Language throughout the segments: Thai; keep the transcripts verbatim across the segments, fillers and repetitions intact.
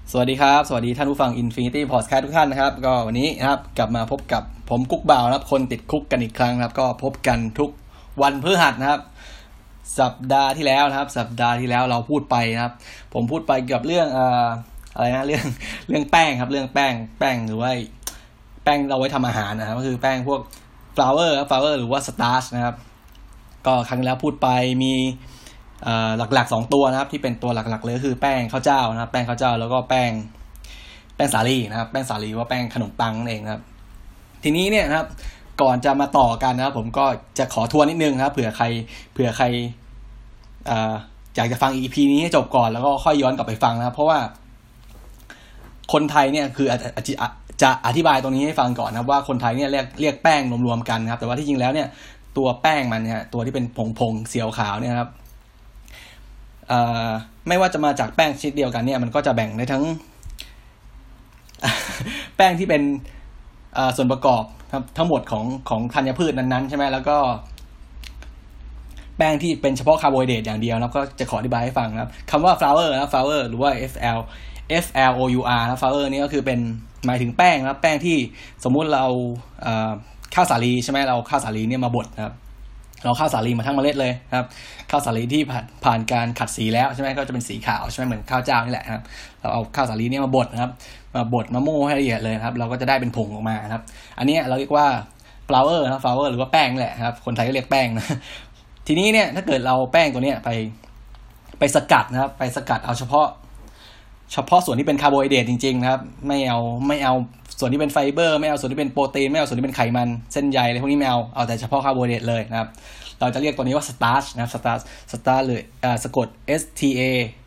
สวัสดีครับสวัสดีท่านผู้ฟัง Infinity Podcast ทุกท่านนะครับก็วันนี้นะครับกลับมาพบกับผมกุ๊กบ่าวนะครับคนติดคุกกันอีกครั้งนะครับก็พบกันทุกวันพฤหัสนะครับสัปดาห์ที่แล้วนะครับสัปดาห์ที่แล้วเราพูดไปนะครับผมพูดไปเกี่ยวกับเรื่องเอ่ออะไรนะเรื่องเรื่องแป้งครับเรื่องแป้งแป้งหรือว่าแป้งเราไว้ทำอาหารนะครับก็คือแป้งพวก flour flour หรือว่า starch นะครับก็ครั้งแล้วพูดไปมีหลักๆสองตัวนะครับที่เป็นตัวหลักๆเลยก็คือแป้งข้าวเจ้านะครับแป้งข้าวเจ้าแล้วก็แป้งแป้งสาลีนะครับแป้งสาลีว่าแป้งขนมปังนั่นเองครับทีนี้เนี่ยนะครับก่อนจะมาต่อกันนะครับผมก็จะขอทวนนิดนึงนะครับเผื่อใครเผื่อใครเอ่ออยากจะฟัง อี พี นี้ให้จบก่อนแล้วก็ค่อยย้อนกลับไปฟังนะครับเพราะว่าคนไทยเนี่ยคือจะอธิบายตรงนี้ให้ฟังก่อนนะครับว่าคนไทยเนี่ยเรียกเรียกแป้งรวมๆกันครับแต่ว่าที่จริงแล้วเนี่ยตัวแป้งมันเนี่ยตัวที่เป็นผงๆเสียวขาวเนี่ยครับไม่ว่าจะมาจากแป้งชนิดเดียวกันเนี่ยมันก็จะแบ่งได้ทั้ง แป้งที่เป็นส่วนประกอบทั้งหมดของของธัญพืชนั้นๆใช่ไหมแล้วก็แป้งที่เป็นเฉพาะคาร์โบไฮเดรตอย่างเดียวนะก็จะขออธิบายให้ฟังนะครับคำว่า flour นะ flour หรือว่า f l f l o u r นะ flour นี่ก็คือเป็นหมายถึงแป้งนะแป้งที่สมมุติเราข้าวสาลีใช่ไหมเราข้าวสาลีเนี่ยมาบดนะครับเราข้าวสาลีมาทั้งเมล็ดเลยครับข้าวสาลีที่ผ่านผ่านการขัดสีแล้วใช่ไหมก็จะเป็นสีขาวใช่ไหมเหมือนข้าวเจ้านี่แหละครับเราเอาข้าวสาลีนี่มาบดนะครับมาบดมาโม่ให้ละเอียดเลยครับเราก็จะได้เป็นผงออกมาครับอันนี้เราเรียกว่า flour นะ flour หรือว่าแป้งแหละครับคนไทยก็เรียกแป้งนะทีนี้เนี่ยถ้าเกิดเราแป้งตัวเนี้ยไปไปสกัดนะครับไปสกัดเอาเฉพาะเฉพาะส่วนที่เป็นคาร์โบไฮเดรตจริงๆนะครับไม่เอาไม่เอาส่วนที่เป็นไฟเบอร์ไม่เอาส่วนที่เป็นโปรตีนไม่เอาส่วนที่เป็นไขมันเส้นใยอะไรพวกนี้ไม่เอาเอาแต่เฉพาะคาร์โบไฮเดรตเลยนะครับเราจะเรียกตัวนี้ว่า starch นะครับ starch starch เลยอ่าสะกด S T A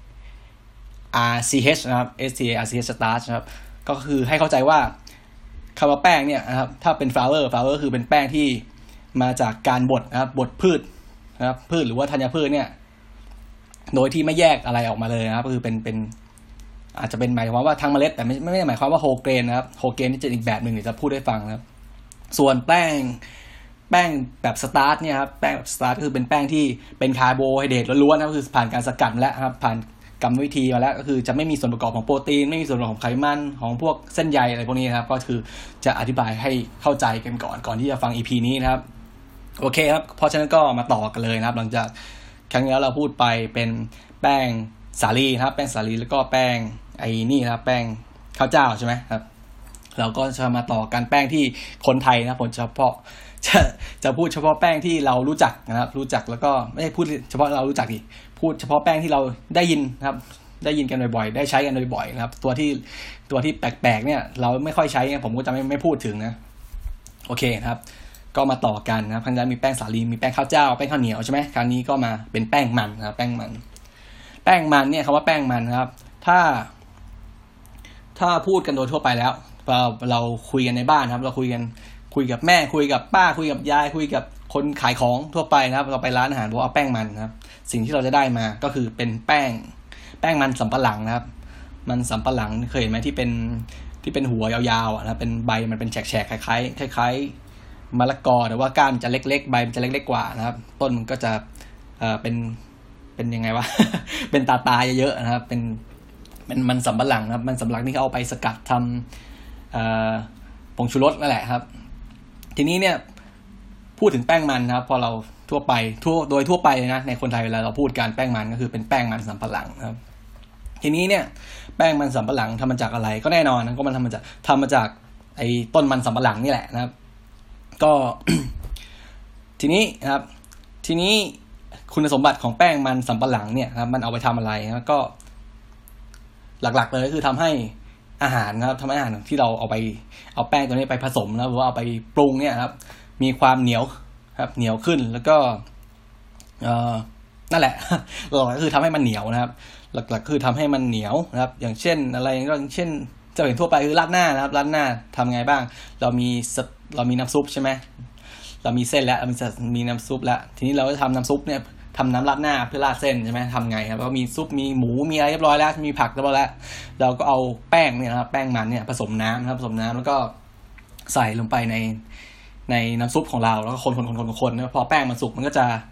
R C H นะครับ S T A R C H starch นะครับก็คือให้เข้าใจว่าคำว่าแป้งเนี่ยนะครับถ้าเป็น flour flour คือเป็นแป้งที่มาจากการบดนะครับบดพืชนะครับพืชหรือว่าธัญพืชเนี่ยโดยที่ไม่แยกอะไรออกมาเลยนะครับก็คือเป็นเป็นอาจจะเป็นหมายความว่าทั้งเมล็ดแต่ไม่ไม่ได้หมายความว่าโฮเกรนนะครับโฮเกรนนี่จะอีกแบบหนึ่งเดี๋ยวจะพูดให้ฟังนะครับส่วนแป้งแป้งแบบสตาร์ชเนี่ยครับแป้งแบบสตาร์ชก็คือเป็นแป้งที่เป็นคาร์โบไฮเดรตล้วนๆนะก็คือผ่านการสกัดแล้วครับผ่านกรรมวิธีมาแล้วก็คือจะไม่มีส่วนประกอบของโปรตีนไม่มีส่วนประกอบของไขมันของพวกเส้นใยอะไรพวกนี้นะครับก็คือจะอธิบายให้เข้าใจกันก่อนก่อนที่จะฟัง อี พี นี้นะครับโอเคครับเพราะฉะนั้นก็มาต่อกันเลยนะครับหลังจากครั้งที่แล้วเราพูดไปเป็นแป้งสาลีครับแป้งสาลีแล้วก็แป้งไอ้นี่นะครับแป้งข้าวเจ้าใช่ไหมครับเราก็จะมาต่อกันแป้งที่คนไทยนะผมเฉพาะจะจะพูดเฉพาะแป้งที่เรารู้จักนะครับรู้จักแล้วก็ไม่ได้พูดเฉพาะเรารู้จักดิพูดเฉพาะแป้งที่เราได้ยินนะครับได้ยินกันบ่อยๆได้ใช้กันบ่อยๆนะครับตัวที่ตัวที่แปลกๆเนี่ยเราไม่ค่อยใช้ผมก็จะไม่ไม่พูดถึงนะโอเคนะครับก็มาต่อกันนะครับครั้งนั้นมีแป้งสาลีมีแป้งข้าวเจ้าแป้งข้าวเหนียวใช่ไหมครั้งนี้ก็มาเป็นแป้งมันนะครับแป้งมันแป้งมันเนี่ยคำว่าแป้งมันนะครับถ้าถ้าพูดกันโดยทั่วไปแล้วเราเราคุยกันในบ้านครับเราคุยกันคุยกับแม่คุยกับป้าคุยกับยายคุยกับคนขายของทั่วไปนะครับเราไปร้านอาหารบอกเอาแป้งมันนะครับสิ่งที่เราจะได้มาก็คือเป็นแป้งแป้งมันสำปะหลังนะครับมันสำปะหลังเคยเห็นไหมที่เป็นที่เป็นหัวยาวๆอ่ะนะเป็นใบมันเป็นแฉกๆคล้ายๆคล้ายๆมะละกอแต่ว่าก้านมันจะเล็กๆใบมันจะเล็กๆกว่านะครับต้นมันก็จะเอ่อเป็นเป็นยังไงวะ เป็นตาตาเยอะๆนะครับเป็นเป็นมันสำปะหลังนะครับมันสำปะหลังที่เขาเอาไปสกัดทำเอ่อผงชูรสนั่นแหละครับทีนี้เนี่ยพูดถึงแป้งมันนะครับพอเราทั่วไปทั่วโดยทั่วไปนะในคนไทยเวลาเราพูดการแป้งมันก็คือเป็นแป้งมันสำปะหลังนะครับทีนี้เนี่ยแป้งมันสำปะหลังทำมาจากอะไรก็แน่นอนนะก็มันทำมาจากทำมาจากไอ้ต้นมันสำปะหลังนี่แหละนะครับก็ ทีนี้นะครับทีนี้คุณสมบัติของแป้งมันสำปะหลังเนี่ยครับมันเอาไปทำอะไรนะก็หลักๆเลยก็คือทำให้อาหารนะครับทำให้อาหารที่เราเอาไปเอาแป้งตัวนี้ไปผสมนะหรือว่าเอาไปปรุงเนี่ยครับมีความเหนียวครับเหนียวขึ้นแล้วก็เอ่อนั่นแหละหลักๆก็คือทำให้มันเหนียวนะครับหลักๆคือทำให้มันเหนียวนะครับอย่างเช่นอะไรก็อย่างเช่นจะเห็นทั่วไปคือราดหน้านะครับราดหน้าทำไงบ้างเรามีเรามีน้ำซุปใช่ไหมเรามีเส้นแล้วเรามีมีน้ำซุปแล้วทีนี้เราจะทำน้ำซุปเนี่ยทำน้ำราดหน้าเพื่อราดเส้นใช่ไหมทำไงครับแล้วก็มีซุปมีหมูมีอะไรเรียบร้อยแล้วมีผักเรียบร้อยแล้วเราก็เอาแป้งเนี่ยนะครับแป้งมันเนี่ยผสมน้ำนะครับผสมน้ำแล้วก็ใส่ลงไปในในน้ำซุปของเราแล้วก็คนคนคนคนคนพอแป้งมันสุกมันก็จะ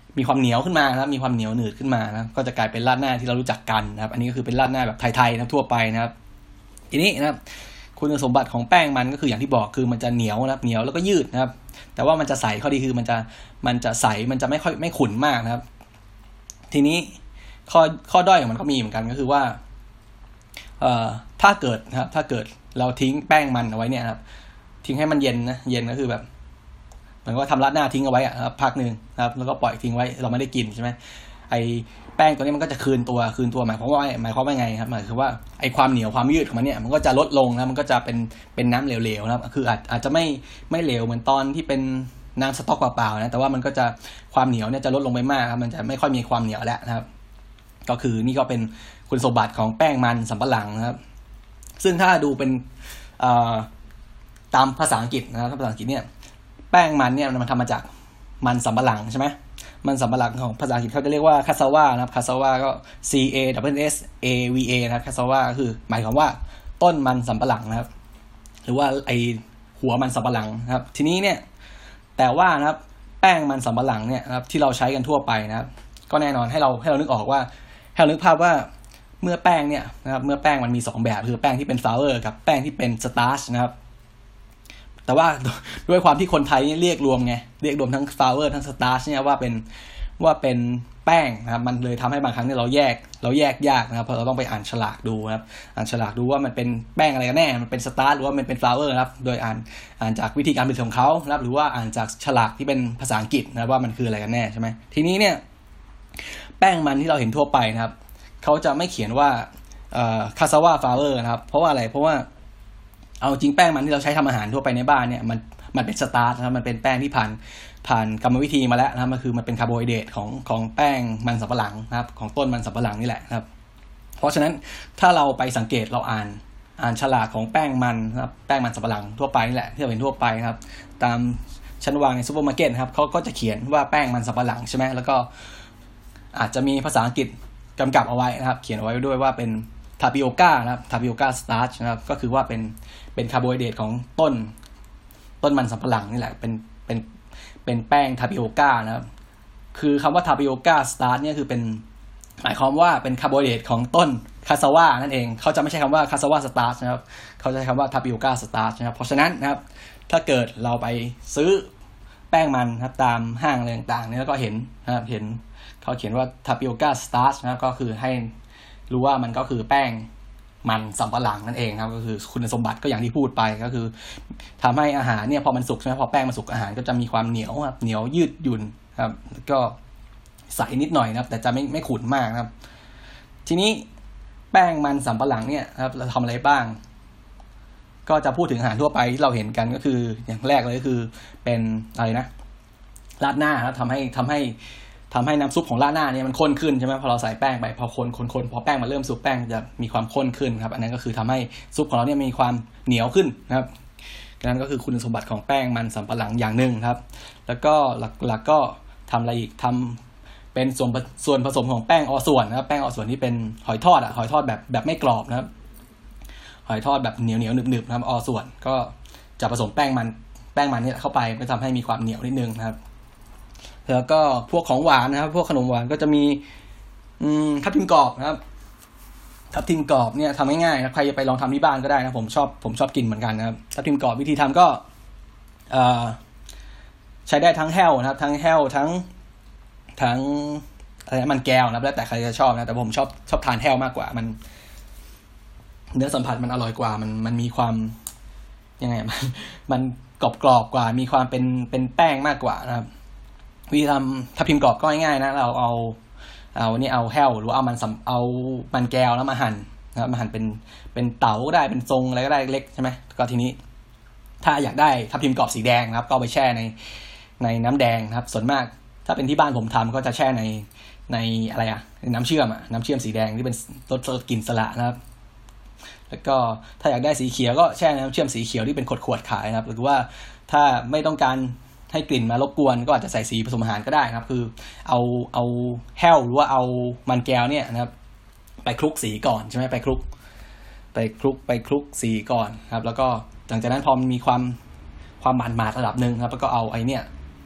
มีความเหนียวขึ้นมานะครับมีความเหนียวหนืดขึ้นมานะก็จะกลายเป็นราดหน้าที่เรารู้จักกันนะครับอันนี้ก็คือเป็นราดหน้าแบบไทยๆนะทั่วไปนะครับทีนี้นะครับคุณสมบัติของแป้งมันก็คืออย่างที่บอกคือมันจะเหนียวนะครับเหนียวแล้วก็ยืดนะครับแต่ว่ามันจะใสข้อดีคือมันจะมันจะใสมันจะไม่ค่อยไม่ขุ่นมากนะครับทีนี้ข้อข้อด้อยของมันก็มีเหมือนกันก็คือว่าเอ่อถ้าเกิดนะครับถ้าเกิดเราทิ้งแป้งมันเอาไว้เนี่ยครับทิ้งให้มันเย็นนะเย็นก็คือแบบเหมือนว่าทำราดหน้าทิ้งเอาไว้อะครับพักนึงนะครับแล้วก็ปล่อยทิ้งไว้เราไม่ได้กินใช่ไหมไอแป้งตัวนี้มันก็จะคืนตัวคืนตัวหมายความว่าหมายความว่าไงครับหมายคือว่าไอความเหนียวความยืดของมันเนี่ยมันก็จะลดลงนะมันก็จะเป็นเป็นน้ำเหลวๆนะครับคืออาจอาจจะไม่ไม่เหลวเหมือนตอนที่เป็นน้ำสต๊อกเปล่าๆนะแต่ว่ามันก็จะความเหนียวเนี่ยจะลดลงไปมากครับมันจะไม่ค่อยมีความเหนียวแล้วนะครับก็คือนี่ก็เป็นคุณสมบัติของแป้งมันสำปะหลังนะครับซึ่งถ้าดูเป็นตามภาษาอังกฤษนะครับภาษาอังกฤษเนี่ยแป้งมันเนี่ยมันทำมาจากมันสำปะหลังใช่ไหมมันสำปะหลังของภาษาอังกฤษเขาจะเรียกว่าคาซาวานะครับคาซาวาก็ C A W S A V A นะครับคาซาวาก็คือหมายความว่าต้นมันสำปะหลังนะครับหรือว่าไอหัวมันสำปะหลังนะครับทีนี้เนี่ยแต่ว่านะครับแป้งมันสำปะหลังเนี่ยนะครับที่เราใช้กันทั่วไปนะครับก็แน่นอนให้เราให้เรานึกออกว่าให้เรานึกภาพว่าเมื่อแป้งเนี่ยนะครับเมื่อแป้งมันมีสองแบบคือแป้งที่เป็นฟลาวเวอร์กับแป้งที่เป็นสตาร์ชนะครับแต่ว่าด้วยความที่คนไทยเรียกรวมไงเรียกรวมทั้งฟลาวเวอร์ทั้งสตาร์ชเนี่ยว่าเป็นว่าเป็นแป้งนะครับมันเลยทำให้บางครั้งเนี่ยเราแยกเราแยกยากนะครับเพราะเราต้องไปอ่านฉลากดูนะครับอ่านฉลากดูว่ามันเป็นแป้งอะไรกันแน่มันเป็นสตาร์ชหรือว่ามันเป็นฟลาวเวอร์ครับโดยอ่านอ่านจากวิธีการผลิตของเขานะครับหรือว่าอ่านจากฉลากที่เป็นภาษาอังกฤษนะว่ามันคืออะไรกันแน่ใช่ไหมทีนี้เนี่ยแป้งมันที่เราเห็นทั่วไปนะครับเขาจะไม่เขียนว่าเอ่อคาซาวาฟลาวเวอร์นะครับเพราะว่าอะไรเพราะว่าเอาจริงแป้งมันที่เราใช้ทำอาหารทั่วไปในบ้านเนี่ยมันมันเป็นสตาร์ชนะครับมันเป็นแป้งที่ผ่านผ่านกรรมวิธีมาแล้วนะครับมันคือมันเป็นคาร์โบไฮเดรตของของแป้งมันสำปะหลังนะครับของต้นมันสำปะหลังนี่แหละนะครับเพราะฉะนั้นถ้าเราไปสังเกตเราอ่านอ่านฉลากของแป้งมันนะครับแป้งมันสำปะหลังทั่วไปนี่แหละที่เราเห็นทั่วไปนะครับตามชั้นวางในซูเปอร์มาร์เก็ตครับเขาก็จะเขียนว่าแป้งมันสำปะหลังใช่ไหมแล้วก็อาจจะมีภาษาอังกฤษกำกับเอาไว้นะครับเขียนเอาไว้ด้วยว่าเป็นทาปิโอก้านะครับทาปิโอก้าสตาร์ชนะครับก็คือว่าเป็นเป็นคาร์โบไฮเดรตของต้นต้นมันสำปะหลังนี่แหละเป็นเป็นเป็นแป้งทาปิโอก้านะครับคือคำว่าทาปิโอก้าสตาร์ชเนี่ยคือเป็นหมายความว่าเป็นคาร์โบไฮเดรตของต้นคาซาวานั่นเองเขาจะไม่ใช้คำว่าคาซาวาสตาร์ชนะครับเขาจะใช้คำว่าทาปิโอก้าสตาร์ชนะครับเพราะฉะนั้นนะครับถ้าเกิดเราไปซื้อแป้งมันครับตามห้างอะไรต่างๆเนี่ยแล้วก็เห็นนะครับเห็นเขาเขียนว่าทาปิโอก้าสตาร์ชนะครับก็คือให้รู้ว่ามันก็คือแป้งมันสำปะหลังนั่นเองครับก็คือคุณสมบัติก็อย่างที่พูดไปก็คือทำให้อาหารเนี่ยพอมันสุกใช่ไหมพอแป้งมันสุกอาหารก็จะมีความเหนียวครับเหนียวยืดหยุ่นครับแล้วก็ใสนิดหน่อยนะครับแต่จะไม่ไม่ขุ่นมากครับทีนี้แป้งมันสำปะหลังเนี่ยครับเราทำอะไรบ้างก็จะพูดถึงอาหารทั่วไปที่เราเห็นกันก็คืออย่างแรกเลยก็คือเป็นอะไรนะราดหน้าครับทำให้ทำให้ทำให้น้ำซุปของราดหน้าเนี่ยมันข้นขึ้นใช่ไหมพอเราใส่แป้งไปพอคนคนคนพอแป้งมันเริ่มสุกแป้งจะมีความข้นขึ้นครับอันนั้นก็คือทำให้ซุปของเราเนี่ยมีความเหนียวขึ้นนะครับนั่นก็คือคุณสมบัติของแป้งมันสำปะหลังอย่างหนึ่งครับแล้วก็หลักๆก็ทำอะไรอีกทำเป็นส่วนส่วนผสมของแป้งอส่วนนะครับแป้งอส่วนที่เป็นหอยทอดอ่ะหอยทอดแบบแบบไม่กรอบนะครับหอยทอดแบบเหนียวเหนียวหนึบหนึบนะครับอส่วนก็จะผสมแป้งมันแป้งมันนี่เข้าไปก็ทำให้มีความเหนียวนิดนึงนะครับแล้วก็พวกของหวานนะครับพวกขนมหวานก็จะมีอืมทับทิมกรอบนะครับทับทิมกรอบเนี่ยทำง่ายๆนะใครจะไปลองทำที่บ้านก็ได้นะผมชอบผมชอบกินเหมือนกันนะครับทับทิมกรอบวิธีทำก็เอ่อใช้ได้ทั้งแห้วนะครับทั้งแห้วทั้งทั้งอะไรนะมันแก้วนะแล้วแต่ใครจะชอบนะแต่ผมชอบชอบทานแห้วมากกว่ามันเนื้อสัมผัสมันอร่อยกว่ามันมันมีความยังไงมันมันกรอบกรอบกว่ามีความเป็นเป็นแป้งมากกว่านะครับวิธีทำทับทิมกรอบก็ง่ายๆนะเราเอาเอานี่เอาแห้วหรือเอามันเอามันแก้วแล้วมาหั่นนะครับมาหั่นเป็นเป็นเต๋าก็ได้เป็นทรงอะไรก็ได้เล็กใช่ไหมก็ทีนี้ถ้าอยากได้ทับทิมกรอบสีแดงนะครับก็เอาไปแช่ในในน้ำแดงนะครับส่วนมากถ้าเป็นที่บ้านผมทำก็จะแช่ในในอะไรอะน้ำเชื่อมอะน้ำเชื่อมสีแดงที่เป็นรสกลิ่นสละนะครับแล้วก็ถ้าอยากได้สีเขียวก็แช่น้ำเชื่อมสีเขียวที่เป็นขวดๆขายนะครับหรือว่าถ้าไม่ต้องการให้กลิ่นมารบกวนก็อาจจะใส่สีผสมอาหารก็ได้นะครับคือเอาเอาแห้วหรือว่าเอามันแก้วเนี่ยนะครับไปคลุกสีก่อนใช่ไหมไปคลุกไปคลุกไปคลุกสีก่อนครับแล้วก็หลังจากนั้นพอมันมีความความหมาดๆระดับนึงครับแล้วก็เอาไอ้เนี่ย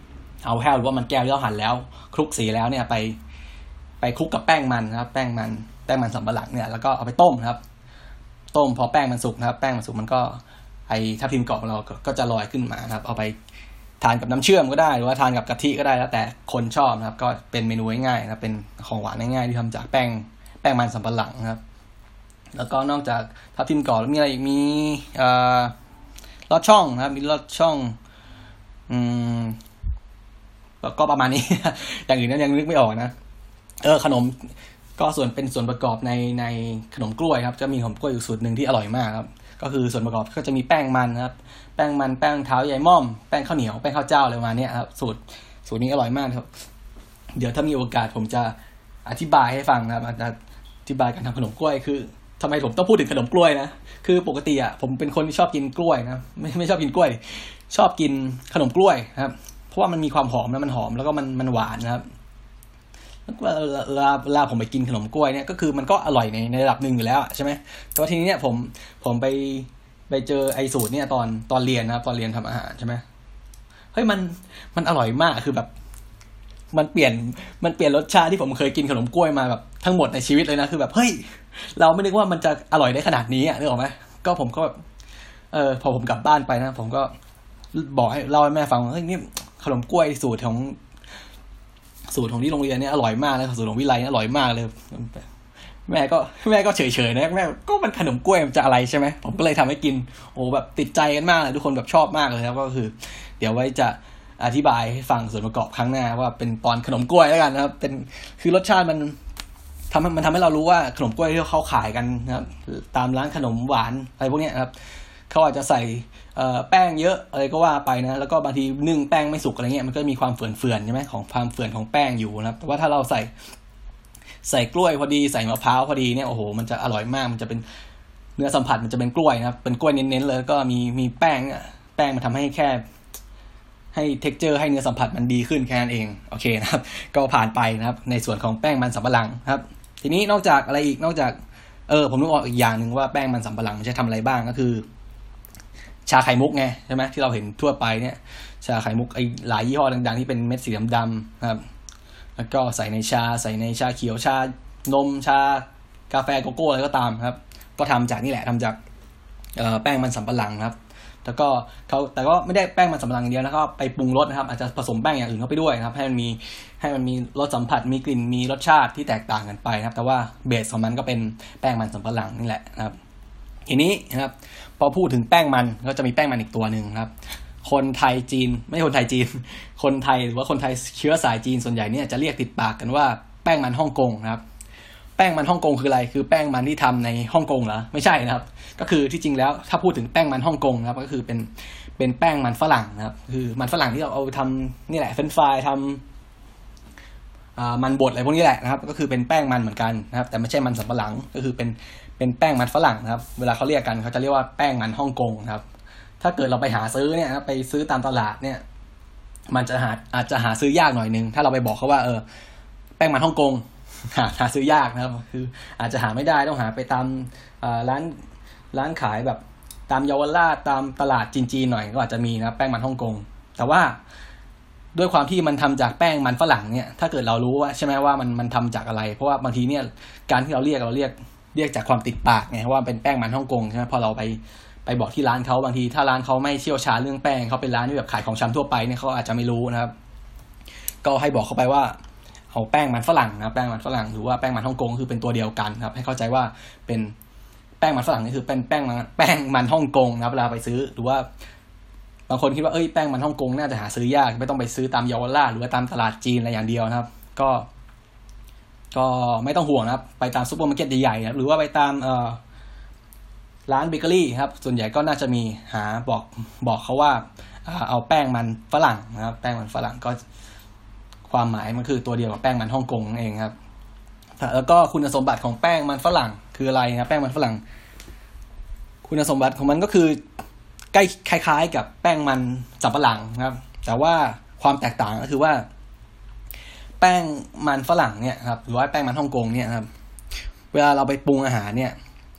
เอาแห้วหรือว่ามันแก้วที่เราหั่นแล้วคลุกสีแล้วเนี่ยไปไปคลุกกับแป้งมันนะครับแป้งมันแป้งมันสำปะหลังเนี่ยแล้วก็เอาไปต้มครับต้มพอแป้งมันสุกนะครับแป้งมันสุกมันก็ไอทับทิมกรอบของเราก็จะลอยขึ้นมาครับเอาไปทานกับน้ำเชื่อมก็ได้หรือว่าทานกับกะทิก็ได้แล้วแต่คนชอบนะครับก็เป็นเมนูง่ายๆนะครับเป็นของหวานง่ายๆที่ทำจากแป้งแป้งมันสำปะหลังนะครับแล้วก็นอกจากทับทิมกรอบมีอะไรอีกมีเอ่อลอดช่องนะครับมีลอดช่องอืมก็ประมาณนี้ อย่างอื่นนั้นยังนึกไม่ออกนะเออขนมก็ส่วนเป็นส่วนประกอบในในขนมกล้วยครับจะมีขนมกล้วยอยู่สูตรหนึ่งที่อร่อยมากครับก็คือส่วนประกอบก็จะมีแป้งมันครับแป้งมันแป้งเท้าใยม่อมแป้งข้าวเหนียวแป้งข้าวเจ้าอะไรประมาณนี้ครับสูตรสูตรนี้อร่อยมากครับเดี๋ยวถ้ามีโอกาสผมจะอธิบายให้ฟังนะครับอาจจะอธิบายการทำขนมกล้วยคือทำไมผมต้องพูดถึงขนมกล้วยนะคือปกติอ่ะผมเป็นคนที่ชอบกินกล้วยนะไม่ไม่ชอบกินกล้วยชอบกินขนมกล้วยครับเพราะว่ามันมีความหอมนะมันหอมแล้วก็มันมันหวานนะครับแล้วเวลาเวลาผมไปกินขนมกล้วยเนี่ยก็คือมันก็อร่อยในในระดับหนึ่งอยู่แล้วใช่ไหมแต่ว่าทีนี้เนี่ยผมผมไปไปเจอไอ้สูตรเนี่ยตอนตอนเรียนนะครับตอนเรียนทำอาหารใช่ไหมเฮ้ยมันมันอร่อยมากคือแบบมันเปลี่ยนมันเปลี่ยนรสชาติที่ผมเคยกินขนมกล้วยมาแบบทั้งหมดในชีวิตเลยนะคือแบบเฮ้ยเราไม่นึกว่ามันจะอร่อยได้ขนาดนี้อ่ะนึกออกไหมก็ผมก็เออพอผมกลับบ้านไปนะผมก็บอกให้เล่าให้แม่ฟังว่าเฮ้ยนี่ขนมกล้วยสูตรของสูตรของที่โรงเรียนเนี่ยอร่อยมากเลยสูตรของวิไลเนี่ยอร่อยมากเลยแม่ก็แม่ก็เฉยๆนะแม่ก็มันขนมกล้วยมันจะอะไรใช่ไหมผมก็เลยทำให้กินโอ้แบบติดใจกันมากเลยทุกคนแบบชอบมากเลยครับก็คือเดี๋ยวไว้จะอธิบายให้ฟังส่วนประกอบครั้งหน้าว่าเป็นตอนขนมกล้วยแล้วกันนะครับเป็นคือรสชาติมันทำมันทำให้เรารู้ว่าขนมกล้วยที่เขาขายกันนะครับตามร้านขนมหวานอะไรพวกนี้ครับเขาอาจจะใส่แป้งเยอะอะไรก็ว่าไปนะแล้วก็บางทีนึ่งแป้งไม่สุกอะไรเงี้ยมันก็มีความเฟื่อนๆใช่ไหมของความเฟื่อนของแป้งอยู่นะครับแต่ว่าถ้าเราใส่ใส่กล้วยพอดีใส่มะพร้าวพอดีเนี่ยโอ้โหมันจะอร่อยมากมันจะเป็นเนื้อสัมผัสมันจะเป็นกล้วยนะครับเป็นกล้วยเน้นๆเลยก็มีมีแป้งแป้งมันทำให้แค่ให้เท็กเจอร์ให้เนื้อสัมผัสมันดีขึ้นแค่นั้นเองโอเคนะครับก็ผ่านไปนะครับในส่วนของแป้งมันสำปะหลังครับทีนี้นอกจากอะไรอีกนอกจากเออผมนึกออกอีกอย่างนึงว่าแป้งมันสำปะหลังมันจะทำอะไรบ้างก็คือชาไข่มุกไงใช่ไหมที่เราเห็นทั่วไปเนี่ยชาไข่มุกไอหลายยี่ห้อดังๆที่เป็นเม็ดสีดำๆนะครับแล้วก็ใส่ในชาใส่ในชาเขียวชานมชากาแฟโกโก้อะไรก็ตามครับก็ทำจากนี่แหละทำจากแป้งมันสำปะหลังครับแล้วก็เขาแต่ก็ไม่ได้แป้งมันสำปะหลังอย่างเดียวแล้วก็ไปปรุงรสนะครับอาจจะผสมแป้งอย่างอื่นเข้าไปด้วยนะครับให้มันมีให้มันมีรสสัมผัสมีกลิ่นมีรสชาติที่แตกต่างกันไปนะครับแต่ว่าเบสของมันก็เป็นแป้งมันสำปะหลังนี่แหละนะครับทีนี้นะครับพอพูดถึงแป้งมันก็จะมีแป้งมันอีกตัวหนึ่งครับคนไทยจีนไม่ใช่คนไทยจีนคนไทยหรือว่าคนไทยเชื้อสายจีนส่วนใหญ่เนี่ยจะเรียกติดปากกันว่าแป้งมันฮ่องกงนะครับแป้งมันฮ่องกงคืออะไรคือแป้งมันที่ทำในฮ่องกงเหรอไม่ใช่นะครับก็คือที่จริงแล้วถ้าพูดถึงแป้งมันฮ่องกงนะครับก็คือเป็นเป็นแป้งมันฝรั่งนะครับคือมันฝรั่งที่เราเอาทำนี่แหละเฟรนช์ฟรายทำอ่ามันบดอะไรพวกนี้แหละนะครับก็คือเป็นแป้งมันเหมือนกันนะครับแต่ไม่ใช่มันสำปะหลังก็คือเป็นเป็นแป้งมันฝรั่งนะครับเวลาเขาเรียกกันเขาจะเรียกว่าแป้งมันฮ่องกงนะครับถ้าเกิดเราไปหาซื้อเนี่ยนะไปซื้อตามตลาดเนี่ยมันจะหาอาจจะหาซื้อยากหน่อยนึงถ้าเราไปบอกเขาว่าเออแป้งมันฮ่องกงหาหาซื้อยากนะครับคืออาจจะหาไม่ได้ต้องหาไปตามร้านร้านขายแบบตามเยาวราชตามตลาดจีนๆหน่อยก็อาจจะมีนะแป้งมันฮ่องกงแต่ว่าด้วยความที่มันทำจากแป้งมันฝรั่งเนี่ยถ้าเกิดเรารู้ว่าใช่ไหมว่ามันมันทำจากอะไรเพราะว่าบางทีเนี่ยการที่เราเรียกเราเรียกเรียกจากความติดปากไงว่าเป็นแป้งมันฮ่องกงใช่ไหมพอเราไปไปบอกที่ร้านเขาบางทีถ้าร้านเขาไม่เชี่ยวชาญเรื่องแป้งเขาเป็นร้านที่แบบขายของชำทั่วไปเนี่ยเขาอาจจะไม่รู้นะครับก็ให้บอกเขาไปว่าเอาแป้งมันฝรั่งนะแป้งมันฝรั่งหรือว่าแป้งมันฮ่องกงคือเป็นตัวเดียวกันครับให้เข้าใจว่าเป็นแป้งมันฝรั่งนี่คือเป็นแป้งมันแป้งมันฮ่องกงนะครับเวลาไปซื้อหรือว่าบางคนคิดว่าเอ้ยแป้งมันฮ่องกงน่าจะหาซื้อยากไม่ต้องไปซื้อตามเยาวราชหรือว่าตามตลาดจีนอะไรอย่างเดียวนะครับก็ก็ไม่ต้องห่วงนะครับไปตามซุปเปอร์มาร์เก็ตใหญ่ๆนะหรือว่าไปตามเอ่อร้านเบเกอรี่ครับส่วนใหญ่ก็น่าจะมีหาบอกบอกเขาว่าเอาแป้งมันฝรั่งนะครับแป้งมันฝรั่งก็ความหมายมันคือตัวเดียวกับแป้งมันฮ่องกงนั่นเองครับแล้วก็คุณสมบัติของแป้งมันฝรั่งคืออะไรนะแป้งมันฝรั่งคุณสมบัติของมันก็คือใกล้คล้ายๆกับแป้งมันสำปะหลังนะครับแต่ว่าความแตกต่างก็คือว่าแป้งมันฝรั่งเนี่ยครับหรือว่าแป้งมันฮ่องกงเนี่ยครับเวลาเราไปปรุงอาหารเนี่ย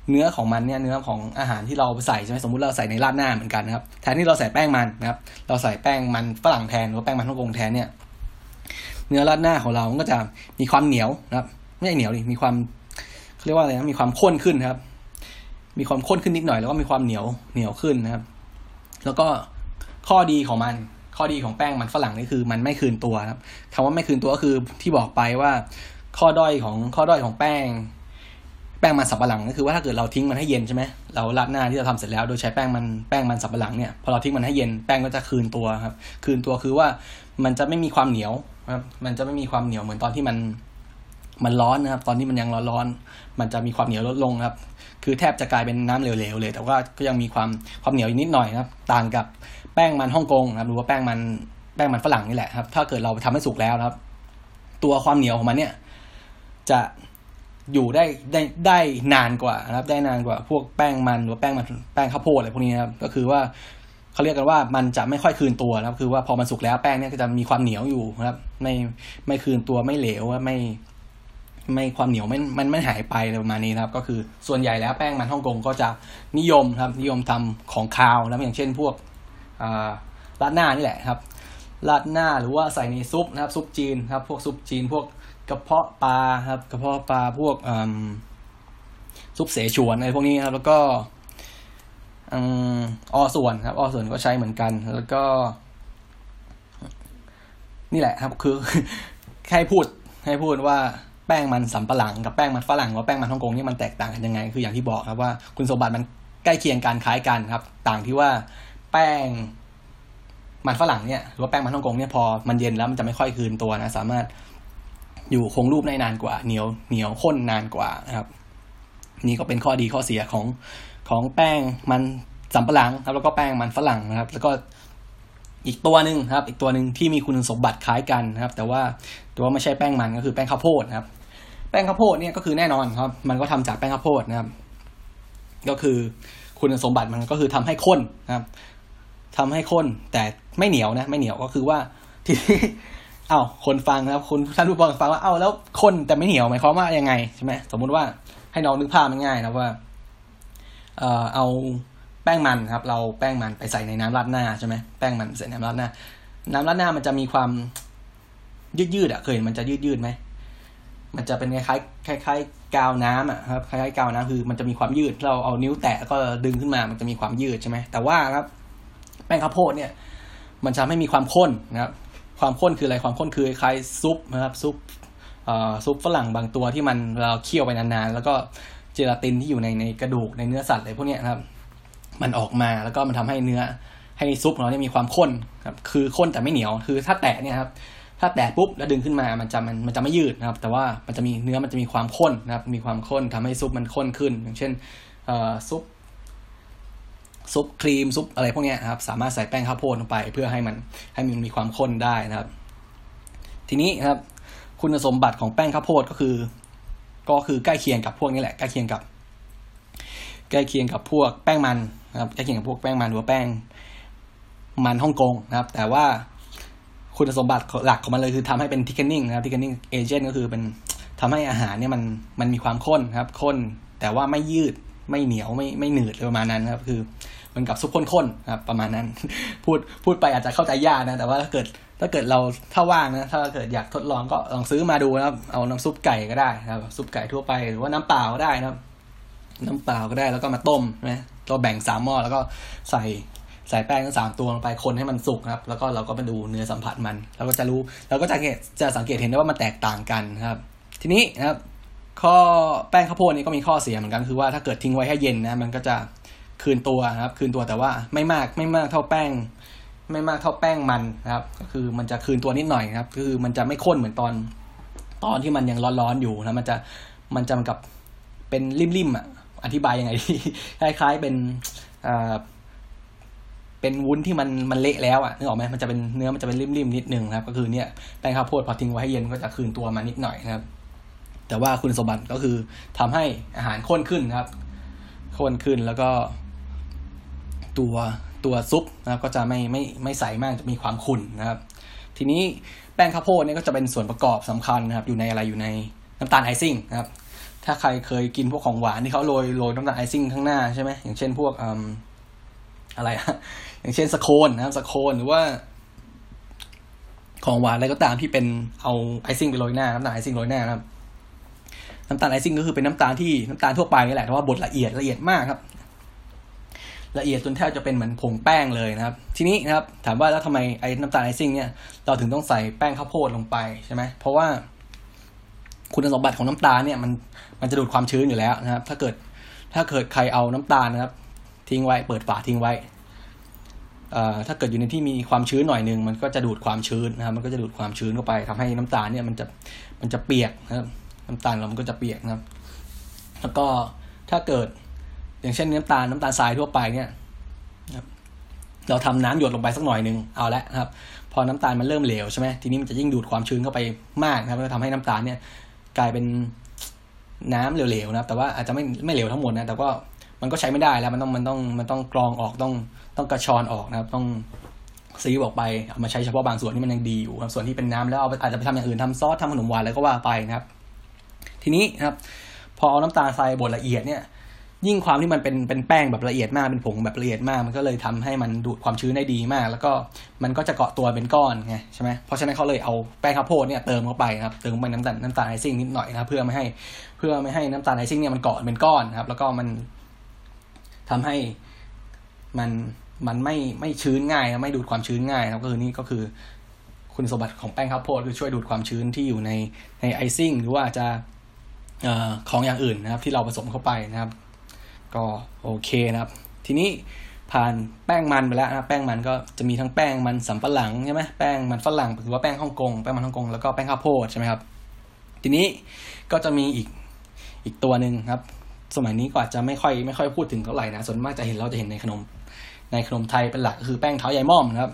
เนื้อของมันเนี่ยเนื้อของอาหารที่เราใส่ใช่ไหมสมมุติเราใส่ในราดหน้าเหมือนกันนะครับแทนที่เราใส่แป้งมันนะครับเราใส่แป้งมันฝรั่งแทนหรือแป้งมันฮ่องกงแทนเนี่ยเนื้อราดหน้าของเรามันก็จะมีความเหนียวนะครับไม่ใช่เหนียวดิมีความเขาเรียกว่าอะไรนะมีความข้นขึ้นครับมีความข้นขึ้นนิดหน่อยแล้วก็มีความเหนียวเหนียวขึ้นนะครับแล้วก็ข้อดีของมันข้อดีของแป้งมันฝรั่งนี่คือมันไม่คืนตัวครับคำว่าไม่คืนตัวก็คือที่บอกไปว่าข้อด้อยของข้อด้อยของแป้งแป้งมันสับปะหลังก็คือว่าถ้าเกิดเราทิ้งมันให้เย็นใช่ไหมเราราดหน้าที่เราทำเสร็จแล้วโดยใช้แป้งมันแป้งมันสับปะหลังเนี่ยพอเราทิ้งมันให้เย็นแป้งก็จะคืนตัวครับคืนตัวคือว่ามันจะไม่มีความเหนียวครับมันจะไม่มีความเหนียวเหมือนตอนที่มันมันร้อนนะครับตอนที่มันยังร้อนๆมันจะมีความเหนียวลดลงครับคือแทบจะกลายเป็นน้ำเหลวๆเลยแต่ว่าก็ยังมีความความเหนียวอีกนิดหน่อยครับต่างกับแป้งมันฮ่องกงนะครับหรือว่าแป้งมันแป้งมันฝรั่งนี่แหละครับถ้าเกิดเราทำให้สุกแล้วครับตัวความเหนียวของมันเนี่ยจะอยู่ได้ได้ได้นานกว่านะครับได้นานกว่าพวกแป้งมันหรือแป้งมันแป้งข้าวโพดอะไรพวกนี้นะครับก็คือว่าเขาเรียกกันว่ามันจะไม่ค่อยคืนตัวนะครับคือว่าพอมันสุกแล้วแป้งเนี่ยก็จะมีความเหนียวอยู่นะครับไม่ไม่คืนตัวไม่เหลวไม่ไม่ความเหนียวไม่มันไม่หายไปอะไรประมาณนี้นะครับก็คือส่วนใหญ่แล้วแป้งมันฮ่องกงก็จะนิยมครับนิยมทำของคาวนะอย่างเช่นพวกราดหน้านี่แหละครับราดหน้าหรือว่าใส่ในซุปนะครับซุปจีนครับพวกซุปจีนพวกกระเพาะปลาครับกระเพาะปลาพวกซุปเสฉวนอะไรพวกนี้ครับแล้วก็ออส่วนครับออส่วนก็ใช้เหมือนกันแล้วก็นี่แหละครับคือให้พูดให้พูดว่าแป้งมันสำปะหลังกับแป้งมันฝรั่งหรือแป้งมันฮ่องกงนี่มันแตกต่างกันยังไงคืออย่างที่บอกครับว่าคุณสมบัติมันใกล้เคียงกันคล้ายกันครับต่างที่ว่าแป้งมันฝรั่งเนี่ยหรือว่าแป้งมันฮ่องกงเนี่ยพอมันเย็นแล้วมันจะไม่ค่อยคืนตัวนะสามารถอยู่คงรูปได้นานกว่าเหนียวเหนียวข้นนานกว่านะครับนี่ก็เป็นข้อดีข้อเสียของของแป้งมันสำปะหลังครับแล้วก็แป้งมันฝรั่งนะครับแล้วก็อีกตัวนึงครับอีกตัวนึงที่มีคุณสมบัติคล้ายกันนะครับแต่ว่าแต่ว่าไม่ใช่แป้งมันก็คือแป้งข้าวโพดนะครับแป้งข้าวโพดเนี่ยก็คือแน่นอนครับมันก็ทำจากแป้งข้าวโพดนะครับก็คือคุณสมบัติมันก็คือทำให้ข้นนะครับทำให้ข้นแต่ไม่เหนียวนะไม่เหนียวก็คือว่าที่อ้าวคนฟังนะครับคุณท่านผู้ฟังฟังว่าเอ้าแล้วข้นแต่ไม่เหนียวหมายความว่ายังไงใช่ไหมสมมุติว่าให้น้องนึกภาพง่ายๆนะว่าเอ่อเอาแป้งมันครับเราแป้งมันไปใส่ในน้ำราดหน้าใช่ไหมแป้งมันใส่น้ำราดหน้าน้ำราดหน้ามันจะมีความยืดๆอ่ะเคยเห็นมันจะยืดๆไหมมันจะเป็นคล้ายๆคล้ายๆกาวน้ำอ่ะครับคล้ายๆกาวน้ำคือมันจะมีความยืดเราเอานิ้วแตะก็ดึงขึ้นมามันจะมีความยืดใช่ไหมแต่ว่าครับแป้งข้าวโพดเนี่ยมันจะไม่มีความข้นนะครับความข้นคืออะไรความข้นคือคล้ายซุปนะครับซุปเอ่อซุปฝรั่งบางตัวที่มันเราเคี่ยวไปนานๆแล้วก็เจลาตินที่อยู่ในในกระดูกในเนื้อสัตว์อะไรพวกนี้ครับมันออกมาแล้วก็มันทำให้เนื้อให้ซุปของเราเนี่ยมีความข้นครับคือข้นแต่ไม่เหนียวคือถ้าแตะเนี่ยครับถ้าแตะปุ๊บแล้วดึงขึ้นมามันจะมันมันจะไม่ยืดนะครับแต่ว่ามันจะมีเนื้อมันจะมีความข้นนะครับมีความข้นทำให้ซุปมันข้นขึ้นอย่างเช่นเอ่อซุปซุปครีมซุปอะไรพวกนี้ครับสามารถใส่แป้งข้าวโพดลงไปเพื่อให้มันให้มันมีความข้นได้นะครับทีนี้ครับคุณสมบัติของแป้งข้าวโพดก็คือก็คือใกล้เคียงกับพวกนี้แหละใกล้เคียงกับใกล้เคียงกับพวกแป้งมันนะครับใกล้เคียงกับพวกแป้งมันหรือแป้งมันฮ่องกงนะครับแต่ว่าคุณสมบัติหลักของมันเลยคือทำให้เป็น thickening นะครับ thickening agent ก็คือเป็นทำให้อาหารเนี่ยมันมันมีความข้นครับข้นแต่ว่าไม่ยืดไม่เหนียวไม่ไม่หนืดประมาณนั้นครับคือเหมือนกับซุปข้นๆครับประมาณนั้น พูดพูดไปอาจจะเข้าใจยากนะแต่ว่าถ้าเกิดถ้าเกิดเราถ้าว่างนะถ้าเกิดอยากทดลองก็ลองซื้อมาดูนะครับเอาน้ำซุปไก่ก็ได้ครับซุปไก่ทั่วไปหรือว่าน้ำเปล่าก็ได้นะครับน้ำเปล่าก็ได้แล้วก็มาต้มนะเราแบ่งสามหม้อแล้วก็ใส่ใส่แป้งทั้งสามตัวลงไปคนให้มันสุกครับแล้วก็เราก็มาดูเนื้อสัมผัสมันเราก็จะรู้เราก็จะจะสังเกตเห็นได้ว่ามันแตกต่างกันครับทีนี้นะครับข้อแป้งข้าวโพดนี่ก็มีข้อเสียเหมือนกันคือว่าถ้าเกิดทิ้งไว้ให้เย็นนะมันก็จะคืนตัวครับคืนตัวแต่ว่าไม่มากไม่มากเท่าแป้งไม่มากเท่าแป้งมันนะครับก็คือมันจะคืนตัวนิดหน่อยครับคือมันจะไม่ข้นเหมือนตอนตอนที่มันยังร้อนๆอยู่นะมันจะมันจะกับเป็นริมๆอ่ะอธิบายยังไงที่คล้ายๆเป็นอ่าเป็นวุ้นที่มันมันเละแล้วอ่ะนึกออกไหมมันจะเป็นเนื้อมันจะเป็นริมๆนิดนึงครับก็คือเนี่ยแป้งข้าวโพดพอทิ้งไว้ให้เย็นก็จะคืนตัวมานิดหน่อยนะครับแต่ว่าคุณสมบัติก็คือทำให้อาหารข้นขึ้นครับข้นขึ้นแล้วก็ตัวตัวซุปนะครับก็จะไม่ไม่ไม่ใสมากจะมีความขุ่นนะครับทีนี้แป้งข้าวโพดเนี่ยก็จะเป็นส่วนประกอบสำคัญนะครับอยู่ในอะไรอยู่ในน้ำตาลไอซิ่งนะครับถ้าใครเคยกินพวกของหวานที่เขาโรยโรยน้ำตาลไอซิ่งข้างหน้าใช่ไหมอย่างเช่นพวกอืมอะไรอะอย่างเช่นสโคนนะครับสโคนหรือว่าของหวานอะไรก็ตามที่เป็นเอาไอซิ่งไปโรยหน้าน้ำตาลไอซิ่งโรยหน้าครับน้ำตาลไอซิ่งก็คือเป็นน้ำตาลที่น้ำตาลทั่วไปนี่แหละแต่ว่าบดละเอียดละเอียดมากครับละเอียดจนแทบจะเป็นเหมือนผงแป้งเลยนะครับทีนี้นะครับถามว่าแล้วทำไมไอ้น้ำตาลไอซิ่งเนี่ยเราถึงต้องใส่แป้งข้าวโพดลงไปใช่ไหมเพราะว่าคุณสมบัติของน้ำตาลเนี่ยมันมันจะดูดความชื้นอยู่แล้วนะครับถ้าเกิดถ้าเกิดใครเอาน้ำตาลนะครับทิ้งไว้เปิดฝาทิ้งไว้ถ้าเกิดอยู่ในที่มีความชื้นหน่อยนึงมันก็จะดูดความชื้นนะครับมันก็จะดูดความชื้นเข้าไปทำให้น้ำตาลเนี่ยมันจะมันจะเปียกนะครับน้ำตาลเรามันก็จะเปียกนะครับแล้วก็ถ้าเกิดอย่างเช่นน้ำตาลน้ำตาลทรายทั่วไปเนี่ยเราทำน้ำหยดลงไปสักหน่อยนึงเอาละนะครับพอน้ำตาลมันเริ่มเหลวใช่ไหมทีนี้มันจะยิ่งดูดความชื้นเข้าไปมากนะครับก็ทำให้น้ำตาลเนี่ยกลายเป็นน้ำเหลวๆนะครับแต่ว่าอาจจะไม่ไม่เหลวทั้งหมดนะแต่ก็มันก็ใช้ไม่ได้แล้วมันต้องมันต้องมันต้องกรองออกต้องต้องกระชอนออกนะครับต้องซีออกไปเอามาใช้เฉพาะบางส่วนที่มันยังดีอยู่ครับส่วนที่เป็นน้ำแล้วเอาอาจจะไปทำอย่างอื่นทำซอสทำขนมหวานอะไรก็ว่าไปนะครับทีนี้นะครับพอเอาน้ำตาลทรายบดละเอียดเนี่ยยิ่งความที่มันเป็นเป็นแป้งแบบละเอียดมากเป็นผงแบบละเอียดมากมันก็เลยทำให้มันดูดความชื้นได้ดีมากแล้วก็มันก็จะเกาะตัวเป็นก้อนไงใช่ไหมเพราะฉะนั้นเขาเลยเอาแป้งข้าวโพดเนี่ยเติมเข้าไปนะครับเติมไปน้ำตาลน้ำตาลไอซิ่งนิดหน่อยนะครับเพื่อไม่ให้เพื่อไม่ให้น้ำตาลไอซิ่งเนี่ยมันเกาะเป็นก้อนนะครับแล้วก็มันทำให้มันมันไม่ไม่ชื้นง่ายนะไม่ดูดความชื้นง่ายนะครับก็คือนี่ก็คือคุณสมบัติของแป้งข้าวโพดคือช่วยดูดความชื้นที่อยู่ในในไอซิ่งหรือว่าจะเอ่อของอย่างอื่นนะครับที่เราผสมเข้าไปนะครับก็โอเคนะครับทีนี้ผ่านแป้งมันไปแล้วนะแป้งมันก็จะมีทั้งแป้งมันสำปะหลังใช่ไหมแป้งมันฝรั่งหรือว่าแป้งฮ่องกงแป้งมันฮ่องกงแล้วก็แป้งข้าวโพดใช่ไหมครับทีนี้ก็จะมีอีกอีกตัวนึงครับสมัยนี้ก็อาจจะไม่ค่อยไม่ค่อยพูดถึงเท่าไหร่นะส่วนมากจะเห็นเราจะเห็นในขนมในขนมไทยเป็นหลักก็คือแป้งเท้าใยม่อมนะครับ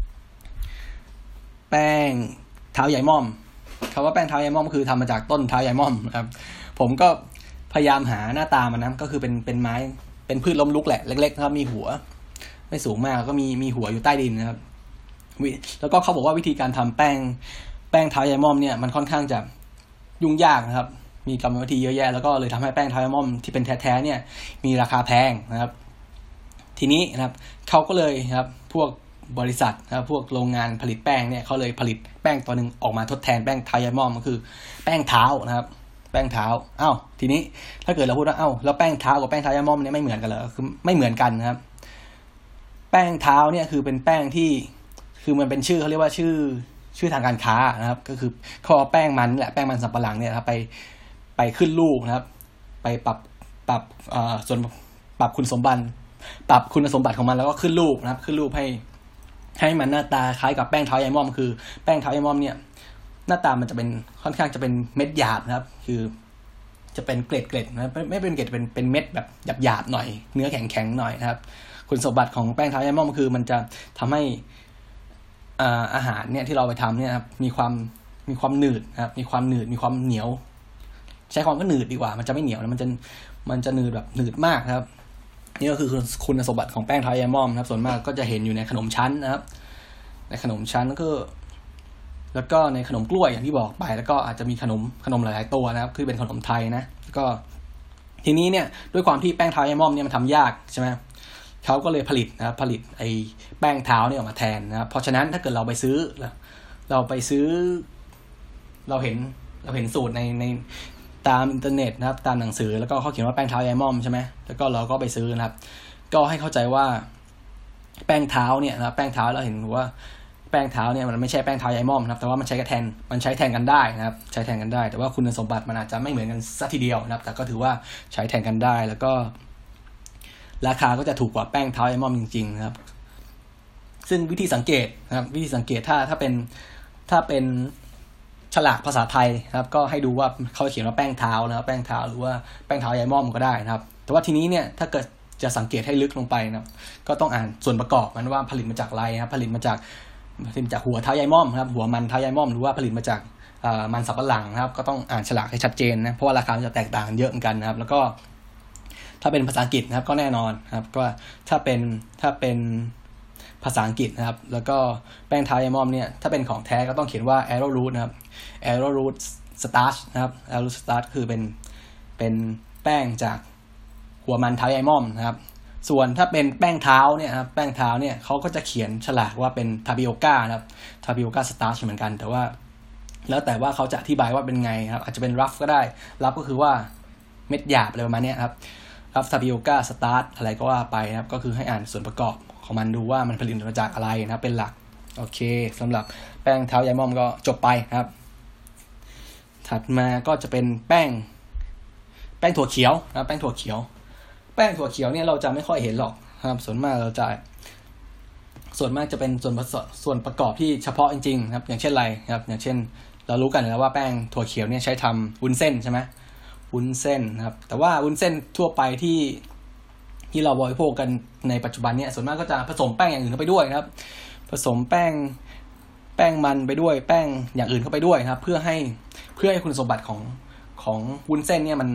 แป้งเท้าใยม่อมคำว่าแป้งเท้าใยม่อมคือทำมาจากต้นเท้าใยม่อมนะครับผมก็พยายามหาหน้าตามันนะก็คือเป็นเป็นไม้เป็นพืชล้มลุกแหละเล็กๆนะครับมีหัวไม่สูงมากก็มีมีหัวอยู่ใต้ดินนะครับแล้วก็เขาบอกว่าวิธีการทำแป้งแป้งเท้าใยม่อมเนี่ยมันค่อนข้างจะยุ่งยากนะครับมีกรรมวิธีเยอะแยะแล้วก็เลยทำให้แป้งเท้าใยม่อมที่เป็นแท้ๆเนี่ยมีราคาแพงนะครับทีนี้นะครับเขาก็เลยนะครับพวกบริษัทนะครับพวกโรงงานผลิตแป้งเนี่ยเขาเลยผลิตแป้งตัวนึงออกมาทดแทนแป้งเท้าใยม่อมก็คือแป้งเท้านะครับแป้งเท้าอ้าวทีนี้ถ้าเกิดเราพูดว่าอ้าวแล้วแป้งเท้ากับแป้งเท้าใยม่อมเนี่ยไม่เหมือนกันเหรอคือไม่เหมือนกันนะครับแป้งเท้าเนี่ยคือเป็นแป้งที่คือมันเป็นชื่อเขาเรียกว่าชื่อชื่อทางการค้านะครับก็คือเขาเอาแป้งมันแหละแป้งมันสำปะหลังเนี่ยครับไปไปขึ้นลูกนะครับไปปรับปรับเอ่อส่วนปรับคุณสมบัติปรับคุณสมบัติของมันแล้วก็ขึ้นรูปนะครับขึ้นรูปให้ให้มันหน้าตาคล้ายกับแป้งเท้าใยม่อมคือแป้งเท้าใยม่อมเนี่ยหน้าตามันจะเป็นค่อนข้างจะเป็นเม็ดหยาบนะครับคือจะเป็นเกล็ดเกล็ดนะไม่ไม่เป็นเกล็ดเป็นเป็นเม็ดแบบหยาบหยาบหน่อยเนื้อแข็งแข็งหน่อยนะครับคุณสมบัติของแป้งเท้าใยม่อมคือมันจะทำให้อ่าอาหารเนี่ยที่เราไปทำเนี่ยครับมีความมีความหนืดนะครับมีความหนืดมีความเหนียวใช้ความก็หนืดดีกว่ามันจะไม่เหนียวแล้วมันจะมันจะหนืดแบบหนืดมากนะครับนี่ก็คือคุณสมบัติของแป้งเท้าใยม่อมนะครับส่วนมากก็จะเห็นอยู่ในขนมชั้นนะครับในขนมชั้นก็แล้วก็ในขนมกล้วยอย่างที่บอกไปแล้วก็อาจจะมีขนมขนมหลายๆตัวนะครับคือเป็นขนมไทยนะแล้วก็ทีนี้เนี่ยด้วยความที่แป้งเท้าใยม่อมเนี่ยมันทำยากใช่ไหมเขาก็เลยผลิตนะครับผลิตไอ้แป้งเท้าเนี่ยออกมาแทนนะครับเพราะฉะนั้นถ้าเกิดเราไปซื้อเราไปซื้อเราเห็นเราเห็นสูตรในในตามอินเทอร์เน็ตนะครับตามหนังสือแล้วก็เขาเขียนว่าแป้งเท้าใยม่อมใช่ไหมแล้วก็เราก็ไปซื้อนะครับก็ให้เข้าใจว่าแป้งเท้าเนี่ยนะครับแป้งเท้าเราเห็นว่าแป้งเท้าเนี่ยมันไม่ใช่แป้งเท้าใยม่อมนะครับแต่ว่ามันใช้แทนมันใช้แทนกันได้นะครับใช้แทนกันได้แต่ว่าคุณสมบัติมันอาจจะไม่เหมือนกันซะทีเดียวนะครับแต่ก็ถือว่าใช้แทนกันได้แล้วก็ราคาก็จะถูกกว่าแป้งเท้าใยม่อมจริงๆนะครับซึ่งวิธีสังเกตนะครับวิธีสังเกตถ้าถ้าเป็นถ้าเป็นฉลากภาษาไทยนะครับก็ให้ดูว่าเขาเขียนว่าแป้งเท้านะครับแป้งเท้าหรือว่าแป้งเท้าใยม่อมก็ได้นะครับแต่ว่าทีนี้เนี่ยถ้าเกิดจะสังเกตให้ลึกลงไปนะครับก็ต้องอ่านส่วนประกอบมันว่าผลิตมาจากอะไรครับผลิตมาจากผลิตมาจากหัวเท้าใยม่อมครับหัวมันเท้าใยม่อมหรือว่าผลิตมาจากมันสำปะหลังนะครับก็ต้องอ่านฉลากให้ชัดเจนนะเพราะว่าราคาจะแตกต่างกันเยอะเหมือนกันนะครับแล้วก็ถ้าเป็นภาษาอังกฤษนะครับก็แน่นอนครับก็ถ้าเป็นถ้าเป็นภาษาอังกฤษนะครับแล้วก็แป้งเท้าใยม่อมเนี่ยถ้าเป็นของแท้ก็ต้องเขียนว่า arrowroot นะครับ arrowroot starch นะครับ arrowroot starch คือเป็นเป็นแป้งจากหัวมันเท้าใยม่อมนะครับส่วนถ้าเป็นแป้งเท้าเนี่ยครับแป้งเท้าเนี่ยเขาก็จะเขียนฉลากว่าเป็นทาปิโอก้านะครับทาปิโอก้าสตาร์ชเหมือนกันแต่ว่าแล้วแต่ว่าเขาจะอธิบายว่าเป็นไงครับอาจจะเป็นรัฟก็ได้รัฟก็คือว่าเม็ดหยาบอะไรประมาณนี้ครับรัฟทาปิโอก้าสตาร์ชอะไรก็ว่าไปนะครับก็คือให้อ่านส่วนประกอบของมันดูว่ามันผลิตมาจากอะไรนะครับเป็นหลักโอเคสำหรับแป้งเท้าใยม่อมก็จบไปนะครับถัดมาก็จะเป็นแป้งแป้งถั่วเขียวนะแป้งถั่วเขียวแป้งถั่วเขียวเนี่ยเราจะไม่ค่อยเห็นหรอกครับส่วนมากเราจะส่วนมากจะเป็นส่วนผสมส่วนประกอบที่เฉพาะจริงๆครับอย่างเช่นอะไรครับอย่างเช่นเรารู้กันแล้วว่าแป้งถั่วเขียวเนี่ยใช้ทำวุ้นเส้นใช่ไหมวุ้นเส้นครับแต่ว่าวุ้นเส้นทั่วไปที่ที่เราบริโภคกันในปัจจุบันเนี่ยส่วนมากก็จะผสมแป้งอย่างอื่นเข้าไปด้วยนะครับผสมแป้งแป้งมันไปด้วยแป้งอย่างอื่นเข้าไปด้วยครับเพื่อให้เพื่อให้คุณสมบัติของของวุ้นเส้นเนี่ยมัน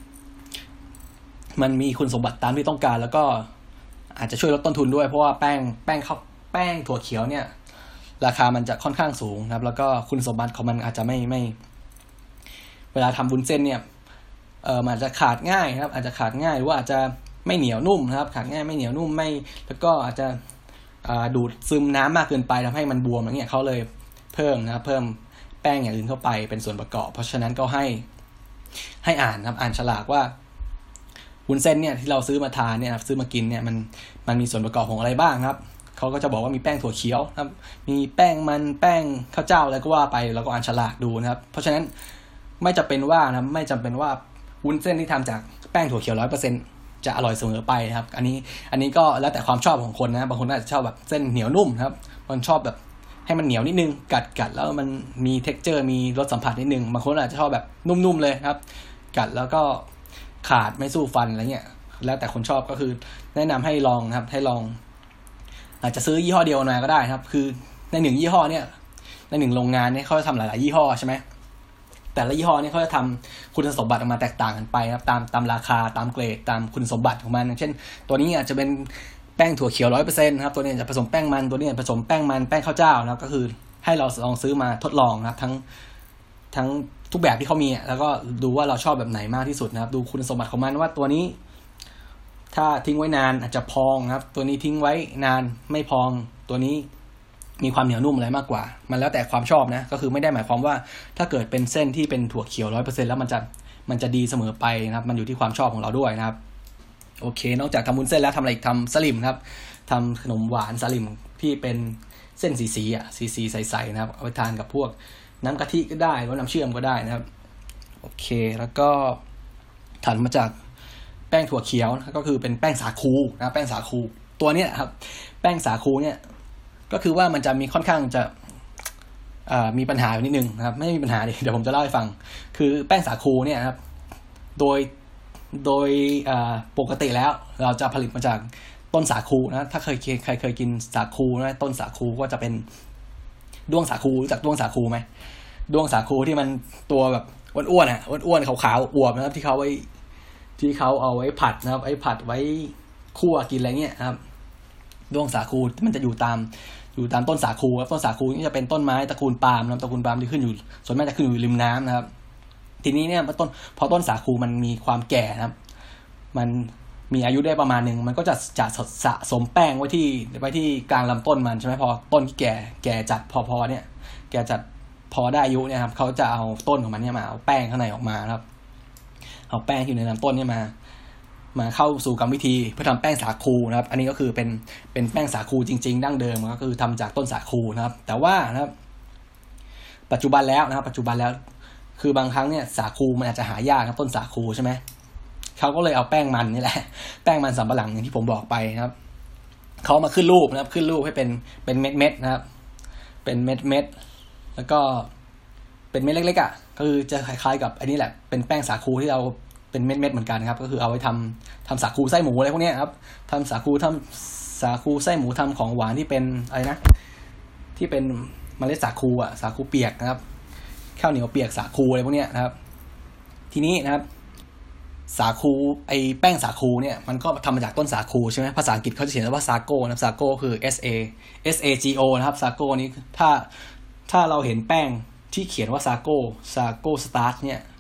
มันมีคุณสมบัติตามที่ต้องการแล้วก็อาจจะช่วยลดต้นทุนด้วยเพราะว่าแป้งแป้งข้าวแป้งถั่วเขียวเนี่ยราคามันจะค่อนข้างสูงนะครับแล้วก็คุณสมบัติของมันอาจจะไม่ไม่เวลาทำวุ้นเส้นเนี่ยเออมันอาจจะขาดง่ายครับอาจจะขาดง่ายหรือว่าอาจจะไม่เหนียวนุ่มนะครับขาดง่ายไม่เหนียวนุ่มไม่แล้วก็อาจจะดูดซึมน้ำมากเกินไปทำให้มันบวมอย่างเงี้ยเขาเลยเพิ่มนะครับเพิ่มแป้งอย่างอื่นเข้าไปเป็นส่วนประกอบเพราะฉะนั้นก็ให้ให้อ่านครับอ่านฉลากว่าวุ้นเส้นเนี่ยที่เราซื้อมาทานเนี่ยซื้อมากินเนี่ยมันมันมีส่วนประกอบของอะไรบ้างครับเขาก็จะบอกว่ามีแป้งถั่วเขียวครับมีแป้งมันแป้งข้าวเจ้าอะไรก็ว่าไปเราก็อ่านฉลากดูนะครับเพราะฉะนั้นไม่จำเป็นว่านะไม่จำเป็นว่าวุ้นเส้นที่ทำจากแป้งถั่วเขียว ร้อยเปอร์เซ็นต์ จะอร่อยเสมอไปครับอันนี้อันนี้ก็แล้วแต่ความชอบของคนนะบางคนอาจจะชอบแบบเส้นเหนียวนุ่มครับบางชอบแบบให้มันเหนียวนิดนึงกัดกัดแล้วมันมี texture มีรสสัมผัสนิดนึงบางคนอาจจะชอบแบบนุ่มๆเลยครับกัดแล้วก็ขาดไม่สู้ฟันอะไรเงี้ยแล้วแต่คนชอบก็คือแนะนำให้ลองนะครับให้ลองอาจจะซื้อยี่ห้อเดียวมาก็ได้ครับคือในหนึ่งยี่ห้อเนี่ยในหนึ่งโรงงานเนี่ยเขาจะทำหลายๆยี่ห้อใช่ไหมแต่ละยี่ห้อเนี่ยเขาจะทำคุณสมบัติออกมาแตกต่างกันไปครับตามตามราคาตามเกรดตามคุณสมบัติของมันอย่างเช่นตัวนี้อาจจะเป็นแป้งถั่วเขียว ร้อยเปอร์เซ็นต์ ครับตัวนี้จะผสมแป้งมันตัวนี้ผสมแป้งมันแป้งข้าวเจ้านะครับก็คือให้เราลองซื้อมาทดลองนะครับทั้งทั้งทุกแบบที่เขามีแล้วก็ดูว่าเราชอบแบบไหนมากที่สุดนะครับดูคุณสมบัติของมันว่าตัวนี้ถ้าทิ้งไว้นานอาจจะพองครับตัวนี้ทิ้งไว้นานไม่พองตัวนี้มีความเหนียวนุ่มอะไรมากกว่ามันแล้วแต่ความชอบนะก็คือไม่ได้หมายความว่าถ้าเกิดเป็นเส้นที่เป็นถั่วเขียว ร้อยเปอร์เซ็นต์ แล้วมันจะมันจะดีเสมอไปนะครับมันอยู่ที่ความชอบของเราด้วยนะครับโอเคนอกจากทำวุ้นเส้นแล้วทำอะไรอีกทำสลิมครับทำขนมหวานสลิมที่เป็นเส้นสีๆอ่ะสีๆใสๆนะครับเอาไปทานกับพวกน้ำกะทิก็ได้หรือน้ำเชื่อมก็ได้นะครับโอเคแล้วก็ถัดมาจากแป้งถั่วเขียวก็คือเป็นแป้งสาคูนะแป้งสาคูตัวนี้ครับแป้งสาคูเนี่ยก็คือว่ามันจะมีค่อนข้างจะมีปัญหาอยู่นิดนึงนะครับไม่มีปัญหาดิเดี๋ยวผมจะเล่าให้ฟังคือแป้งสาคูเนี่ยครับโดยโดยปกติแล้วเราจะผลิตมาจากต้นสาคูนะถ้าเคยใครเคยกินสาคูนะต้นสาคูก็จะเป็นด้วงสาคูรู้จักด้วงสาคูไหมด้วงสาคูที่มันตัวแบบอ้วนๆอ่ะอ้วนๆขาวๆอวบนะครับที่เขาไว้ที่เขาเอาไว้ผัดนะครับไว้ผัดไว้คั่วกินอะไรเงี้ยครับด้วงสาคูมันจะอยู่ตามอยู่ตามต้นสาคูครับต้นสาคูนี่จะเป็นต้นไม้ตระกูลปาล์มนะตระกูลปาล์มที่ขึ้นอยู่ส่วนมากจะขึ้นอยู่ริมน้ำนะครับทีนี้เนี่ยต้นพอต้นสาคูมันมีความแก่นะครับมันมีอายุได้ประมาณหนึ่งมันก็จะจะสะสมแป้งไว้ที่ไว้ที่กลางลำต้นมันใช่ไหมพอต้นที่แก่แก่จัดพอพอเนี่ยแก่จัดพอได้อายุเนี่ยครับเขาจะเอาต้นของมันเนี่ยมาเอาแป้งข้างในออกมาครับเอาแป้งที่อยู่ในลำต้นเนี่ยมามาเข้าสู่กรรมวิธีเพื่อทำแป้งสาคูนะครับอันนี้ก็คือเป็นเป็นแป้งสาคูจริงๆดั้งเดิมก็คือทำจากต้นสาคูนะครับแต่ว่านะครับปัจจุบันแล้วนะครับปัจจุบันแล้วคือบางครั้งเนี่ยสาคูมันอาจจะหายากครับต้นสาคูใช่ไหมเขาก็เลยเอาแป้งมันนี่แหละแป้งมันสำปะหลังอย่างที่ผมบอกไปนะครับเขามาขึ้นรูปนะครับขึ้นรูปให้เป็นเป็นเม็ดเม็ดนะครับเป็นเม็ดเม็ดแล้วก็เป็นเม็ดเล็กๆอ่ะก็คือจะคล้ายๆกับอันนี้แหละเป็นแป้งสาคูที่เราเป็นเม็ดเม็ดเหมือนกันครับก็คือเอาไว้ทำทำสาคูไส้หมูอะไรพวกนี้ครับทำสาคูทำสาคูไส้หมูทำของหวานที่เป็นอะไรนะที่เป็นเมล็ดสาคูอ่ะสาคูเปียกนะครับข้าวเหนียวเปียกสาคูอะไรพวกนี้นะครับทีนี้นะครับสาคูไอแป้งสาคูเนี่ยมันก็ทำมาจากต้นสาคูใช่ไหมภาษาอังกฤษเขาจะเขียนว่าซาโก้นะครับซาโก้คือ S A S A G O นะครับซาโก้นี้ถ้าถ้าเราเห็นแป้งที่เขียนว่าซาโก้ซาโก้สตาร์ชเนี่ย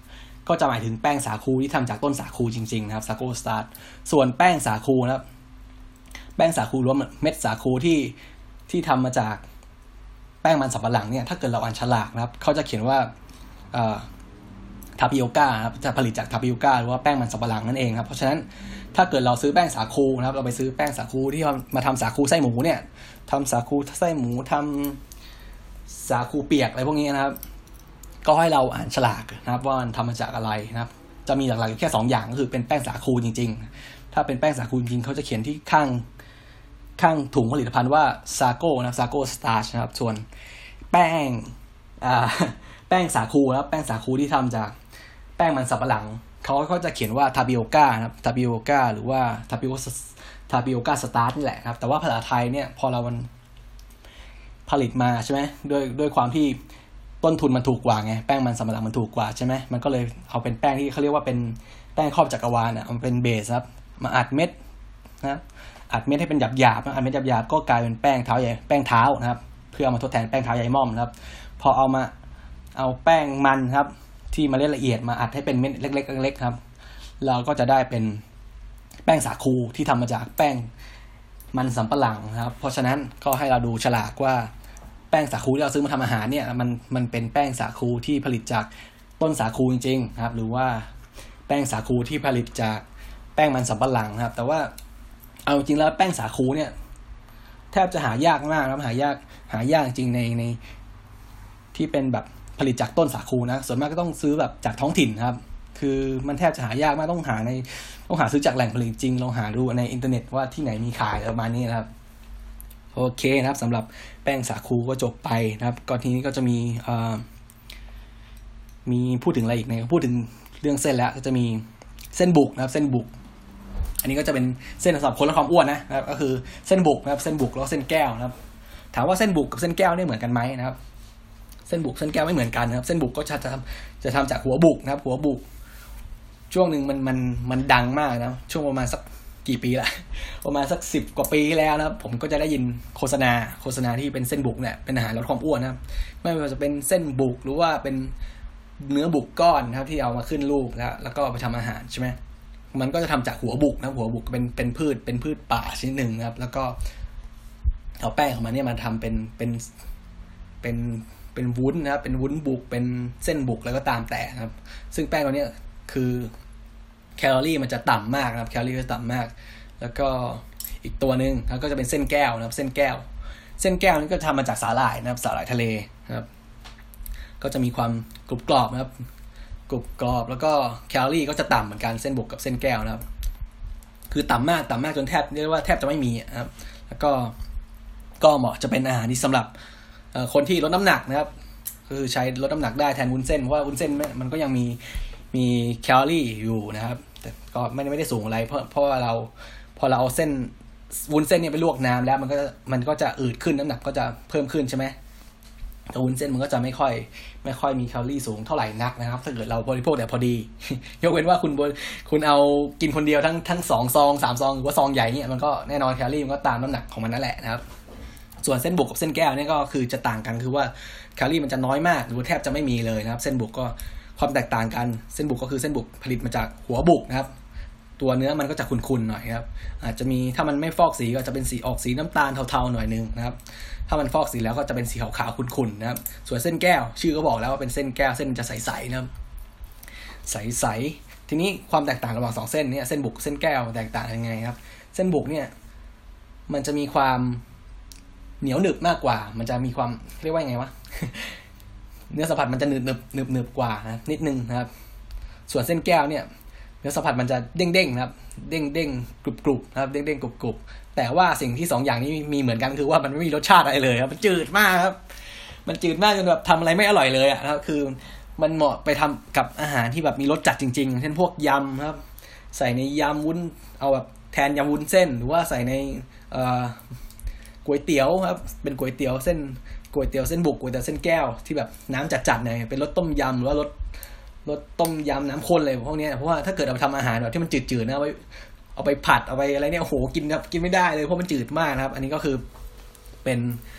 ก็จะหมายถึงแป้งสาคูที่ทำจากต้นสาคูจริงๆนะครับซาโกสตาร์ชส่วนแป้งสาคูนะครับแป้งสาคูรวมเม็ดสาคูที่ที่ทำมาจากแป้งมันสำปะหลังเนี่ยถ้าเกิดเราอ่านฉลากนะครับเขาจะเขียนว่าทาปิโอก้าครับจะผลิตจากทาปิโอก้าหรือว่าแป้งมันสำปะหลังนั่นเองครับเพราะฉะนั้นถ้าเกิดเราซื้อแป้งสาคูนะครับเราไปซื้อแป้งสาคูที่มาทำสาคูไส้หมูเนี่ยทำสาคูไส้หมูทำสาคูเปียกอะไรพวกนี้นะครับก็ให้เราอ่านฉลากนะครับว่ามันทำมาจากอะไรนะครับจะมีหลักๆอยู่แค่สองอย่างก็คือเป็นแป้งสาคูจริงๆถ้าเป็นแป้งสาคูจริงๆเขาจะเขียนที่ข้างข้างถุงผลิตภัณฑ์ว่าซาโก้นะซาโก้สตาร์ชนะครับส่วนแป้งอ่าแป้งสาคูนะครับแป้งสาคูที่ทำจากแป้งมันสำปะหลังเขาก็จะเขียนว่าทาปิโอก้านะครับทาปิโอก้าหรือว่าทาปิโอทาปิโอก้าสตาร์ชนี่แหละครับแต่ว่าภาษาไทยเนี่ยพอเรามันผลิตมาใช่ไหมด้วยด้วยความที่ต้นทุนมันถูกกว่าไงแป้งมันสำปะหลังมันถูกกว่าใช่ไหมมันก็เลยเอาเป็นแป้งที่เขาเรียกว่าเป็นแป้งครอบจักรวาลอ่ะมันเป็นเบสครับมาอัดเม็ดนะอัดเม็ดให้เป็นหยาบๆอัดเม็ดหยาบๆก็กลายเป็นแป้งเท้าใหญ่แป้งเท้านะครับเพื่อเอามาทดแทนแป้งเท้าใหญ่ม่อมนะครับพอเอามาเอาแป้งมันครับที่มาเล่นละเอียดมาอัดให้เป็นเม็ดเล็กๆเล็กๆครับเราก็จะได้เป็นแป้งสาคูที่ทำมาจากแป้งมันสำปะหลังนะครับเพราะฉะนั้นก็ให้เราดูฉลากว่าแป้งสาคูที่เราซื้อมาทำอาหารเนี่ยมันมันเป็นแป้งสาคูที่ผลิตจากต้นสาคูจริงๆนะครับหรือว่าแป้งสาคูที่ผลิตจากแป้งมันสำปะหลังนะครับแต่ว่าเอาจริงแล้วแป้งสาคูเนี่ยแทบจะหายากมากครับหายากหายากจริงในในที่เป็นแบบผลิตจากต้นสาคูนะส่วนมากก็ต้องซื้อแบบจากท้องถิ่นครับคือมันแทบจะหายากมากต้องหาในต้องหาซื้อจากแหล่งผลิตจริงลองหาดูในอินเทอร์เน็ตว่าที่ไหนมีขายประมาณนี้นะครับโอเคนะครับสำหรับแป้งสาคูก็จบไปนะครับก่อนทีนี้ก็จะมีเอ่อมีพูดถึงอะไรอีกเนี่ยพูดถึงเรื่องเส้นแล้วก็จะมีเส้นบุกนะครับเส้นบุกอันนี้ก็จะเป็นเส้นสำหรับคนลดความอ้วนนะครับก็คือเส้นบุกนะครับเส้นบุกแล้วเส้นแก้วนะครับถามว่าเส้นบุกกับเส้นแก้วเนี่ยเหมือนกันไหมนะครับเส้นบุกเส้นแก้วไม่เหมือนกันนะครับเส้นบุกก็จะทำจะทำจากหัวบุกนะครับหัวบุกช่วงหนึ่งมันมันมันดังมากนะช่วงประมาณสักกี่ปีละประมาณสักสิบกว่าปีแล้วนะครับผมก็จะได้ยินโฆษณาโฆษณาที่เป็นเส้นบุกเนี่ยเป็นอาหารลดความอ้วนนะครับไม่ว่าจะเป็นเส้นบุกหรือว่าเป็นเนื้อบุกก้อนนะครับที่เอามาขึ้นรูปแล้วแล้วก็ไปทำอาหารใช่ไหมมันก็จะทำจากหัวบุกนะหัวบุกเป็นเป็นพืชเป็นพืชป่าชนิดหนึ่งนะครับแล้วก็เอาแป้งของมันเนี่ยมาทำเป็นเป็นเป็นเป็นวุ้นนะครับเป็นวุ้นบุกเป็นเส้นบุกแล้วก็ตามแต่นะครับซึ่งแป้งตัวนี้คือแคลอรี่มันจะต่ำมากนะครับแคลอรี่จะต่ำมากแล้วก็อีกตัวนึงแล้วก็จะเป็นเส้นแก้วนะครับเส้นแก้วเส้นแก้วนี่ก็ทำมาจากสาหร่ายนะครับสาหร่ายทะเลนะครับก็จะมีความกรุบกรอบนะครับกรุบกรอบแล้วก็แคลอรี่ก็จะต่ำเหมือนกันเส้นบุกกับเส้นแก้วนะครับคือต่ำมากต่ำมากจนแทบเรียกว่าแทบจะไม่มีนะครับแล้วก็ก็เหมาะจะเป็นอาหารที่สำหรับคนที่ลดน้ำหนักนะครับคือใช้ลดน้ำหนักได้แทนวุ้นเส้นเพราะว่าวุ้นเส้นมันก็ยังมีมีแคลอรี่อยู่นะครับแต่ก็ไม่ไม่ได้สูงอะไรเพราะเพราะว่าเราพอเราเอาเส้นวุ้นเส้นเนี่ยไปลวกน้ำแล้วมันก็มันก็จะอืดขึ้นน้ำหนักก็จะเพิ่มขึ้นใช่ไหมแต่วุ้นเส้นมันก็จะไม่ค่อยไม่ค่อยมีแคลอรี่สูงเท่าไหร่นักนะครับถ้าเกิดเราบริโภคแต่พอดี ยกเว้นว่าคุณคุณเอากินคนเดียวทั้งทั้งสองซองสามซองหรือว่าซองใหญ่เนี่ยมันก็แน่นอนแคลอรี่มันก็ตามน้ำหนักของมันนั่นแหละนะครับส่วนเส้นบุกกับเส้นแก้วนี่ก็คือจะต่างกันคือว่าแคลอรี่มันจะน้อยมากหรือแทบจะไม่มีเลยนะครับเส้นบุกก็ความแตกต่างกันเส้นบุกก็คือเส้นบุกผลิตมาจากหัวบุกนะครับตัวเนื้อมันก็จะขุ่นๆหน่อยครับอาจจะมีถ้ามันไม่ฟอกสีก็จะเป็นสีออกสีน้ำตาลเทาๆหน่อยนึงนะครับถ้ามันฟอกสีแล้วก็จะเป็นสีขาวๆขุ่นๆนะครับส่วนเส้นแก้วชื่อก็บอกแล้วว่าเป็นเส้นแก้วเส้นจะใสๆนะครับใสๆทีนี้ความแตกต่างระหว่างสองเส้นนี้เส้นบุกเส้นแก้วแตกต่างยังไงครับเส้นบุกเนี่ยมันจะมีความเหนียวหนึบมากกว่ามันจะมีความเรียกว่าไงวะ เนื้อสัมผัสมันจะหนึบหนึบหนึบหนึบกว่านะนิดนึงนะครับส่วนเส้นแก้วเนี่ยเนื้อสัมผัสมันจะเด้งเด้งนะครับเด้งเด้งกรุบกรุบนะครับเด้งเด้งกรุบกรุบแต่ว่าสิ่งที่สองอย่างนี้มีเหมือนกันคือว่ามันไม่มีรสชาติอะไรเลยครับมันจืดมากครับมันจืดมากจนแบบทำอะไรไม่อร่อยเลยอ่ะนะครับคือมันเหมาะไปทำกับอาหารที่แบบมีรสจัดจริงๆเช่นพวกยำครับใส่ในยำวุ้นเอาแบบแทนยำวุ้นเส้นหรือว่าใส่ในเอ่อก๋วยเตี๋ยวครับเป็นก๋วยเตี๋ยวเส้นก๋วยเตี๋ยวเส้นบุกก๋วยเตี๋ยวเส้นแก้วที่แบบน้ำจัดๆหน่อยเป็นรสต้มยำหรือว่ารสรสต้มยำน้ำข้นเลยพวกนี้เพราะว่าถ้าเกิดเอาไปทำอาหารแบบที่มันจืดๆนะเอาไปเอาไปผัดเอาไปอะไรเนี่ยโอ้โหกินครับกินไม่ได้เลยเพราะมันจืดมากนะครับอันนี้ก็คือเป็น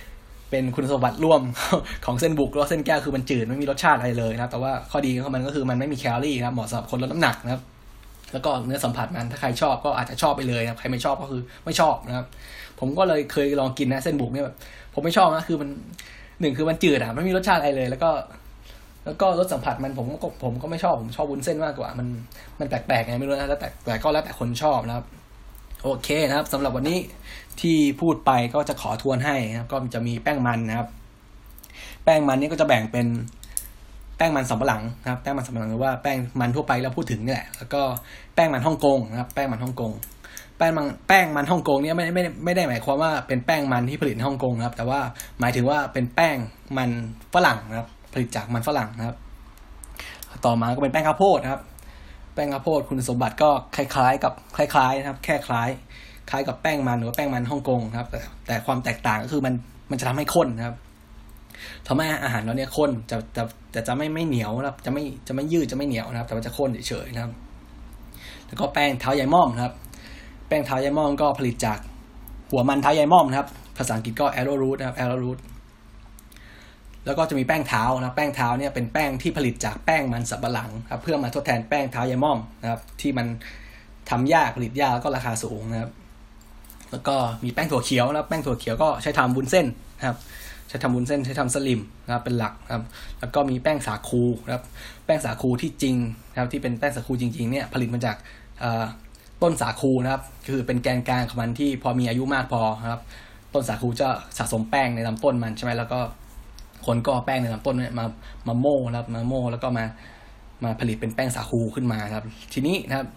เป็นคุณสมบัติร่วม ของเส้นบุกแล้วเส้นแก้วคือมันจืดไม่มีรสชาติอะไรเลยนะครับแต่ว่าข้อดีของมันก็คือมันไม่มีแคลอรี่นะครับเหมาะสำหรับคนลดน้ำหนักนะครับแล้วก็เนื้อสัมผัสมันถ้าใครชอบก็อาจจะชอบไปเลยนะครับใครไม่ชอบก็คือไม่ชอบนะครับผมก็เลยเคยลองกินนะเส้นบุกเนี่ยแบบผมไม่ชอบนะคือมันหนึ่งคือมันจืดอ่ะไม่มีรสชาติอะไรเลยแล้วก็แล้วก็รสสัมผัสมันผมก็ผมก็ไม่ชอบผมชอบวุ้นเส้นมากกว่ามันมันแปลกๆไงไม่รู้นะแล้วแต่แต่ก็แล้วแต่คนชอบนะครับโอเคนะครับสำหรับวันนี้ที่พูดไปก็จะขอทวนให้นะครับก็จะมีแป้งมันนะครับแป้งมันนี่ก็จะแบ่งเป็นแป้งมันสำปะหลังนะครับแป้งมันสำปะหลังหรือว่าแป้งมันทั่วไปเราพูดถึงนี่แหละแล้วก็แป้งมันฮ่องกงนะครับแป้งมันฮ่องกงแป้งมันแป้งมันฮ่องกงเนี่ยไม่ไม่ไม่ได้หมายความว่าเป็นแป้งมันที่ผลิตในฮ่องกงนะครับแต่ว่าหมายถึงว่าเป็นแป้งมันฝรั่งนะครับผลิตจากมันฝรั่งนะครับต่อมาก็เป็นแป้งข้าวโพดนะครับแป้งข้าวโพดคุณสมบัติก็คล้ายๆกับคล้ายๆนะครับแค่คล้ายคล้ายกับแป้งมันหรือว่าแป้งมันฮ่องกงครับแต่แต่ความแตกต่างก็คือมันมันจะทำให้ข้นนะครับทำให้อาหารเราเนี่ยข้นจะจะจะจะไม่ไม่เหนียวนะครับจะไม่จะไม่ยืดจะไม่เหนียวนะครับแต่ว่าจะข้นเฉยๆนะครับแล้วก็แป้งเท้าใยม่อมนะครับแป้งเท้าใยม่อมก็ผลิตจากหัวมันเท้าใยม่อมนะครับภาษาอังกฤษก็ arrowroot นะครับ arrowroot แล้วก็จะมีแป้งเท้านะครับแป้งเท้าเนี่ยเป็นแป้งที่ผลิตจากแป้งมันสำปะหลังครับเพื่อมาทดแทนแป้งเท้าใยม่อมนะครับที่มันทำยากผลิตยากแล้วก็ราคาสูงนะครับแล้วก็มีแป้งถั่วเขียวแล้วแป้งถั่วเขียวก็ใช้ทำวุ้นเส้นนะครับใช้ทำวุ้นเส้นใช้ทำสลิมนะครับเป็นหลักครับแล้วก็มีแป้งสาคูนะครับแป้งสาคูที่จริงนะครับที่เป็นแป้งสาคูจริงๆเนี่ยผลิตมาจากต้นสาคูนะครับคือเป็นแกนกลางของมันที่พอมีอายุมากพอนะครับต้นสาคูจะสะสมแป้งในลำต้นมันใช่ไหมแล้วก็คนก็แป้งในลำต้นเนี่ยมามาโม่นะครับมาโม่แล้วก็มามาผลิตเป็นแป้งสาคูขึ้นมาครับทีนี้นะครับ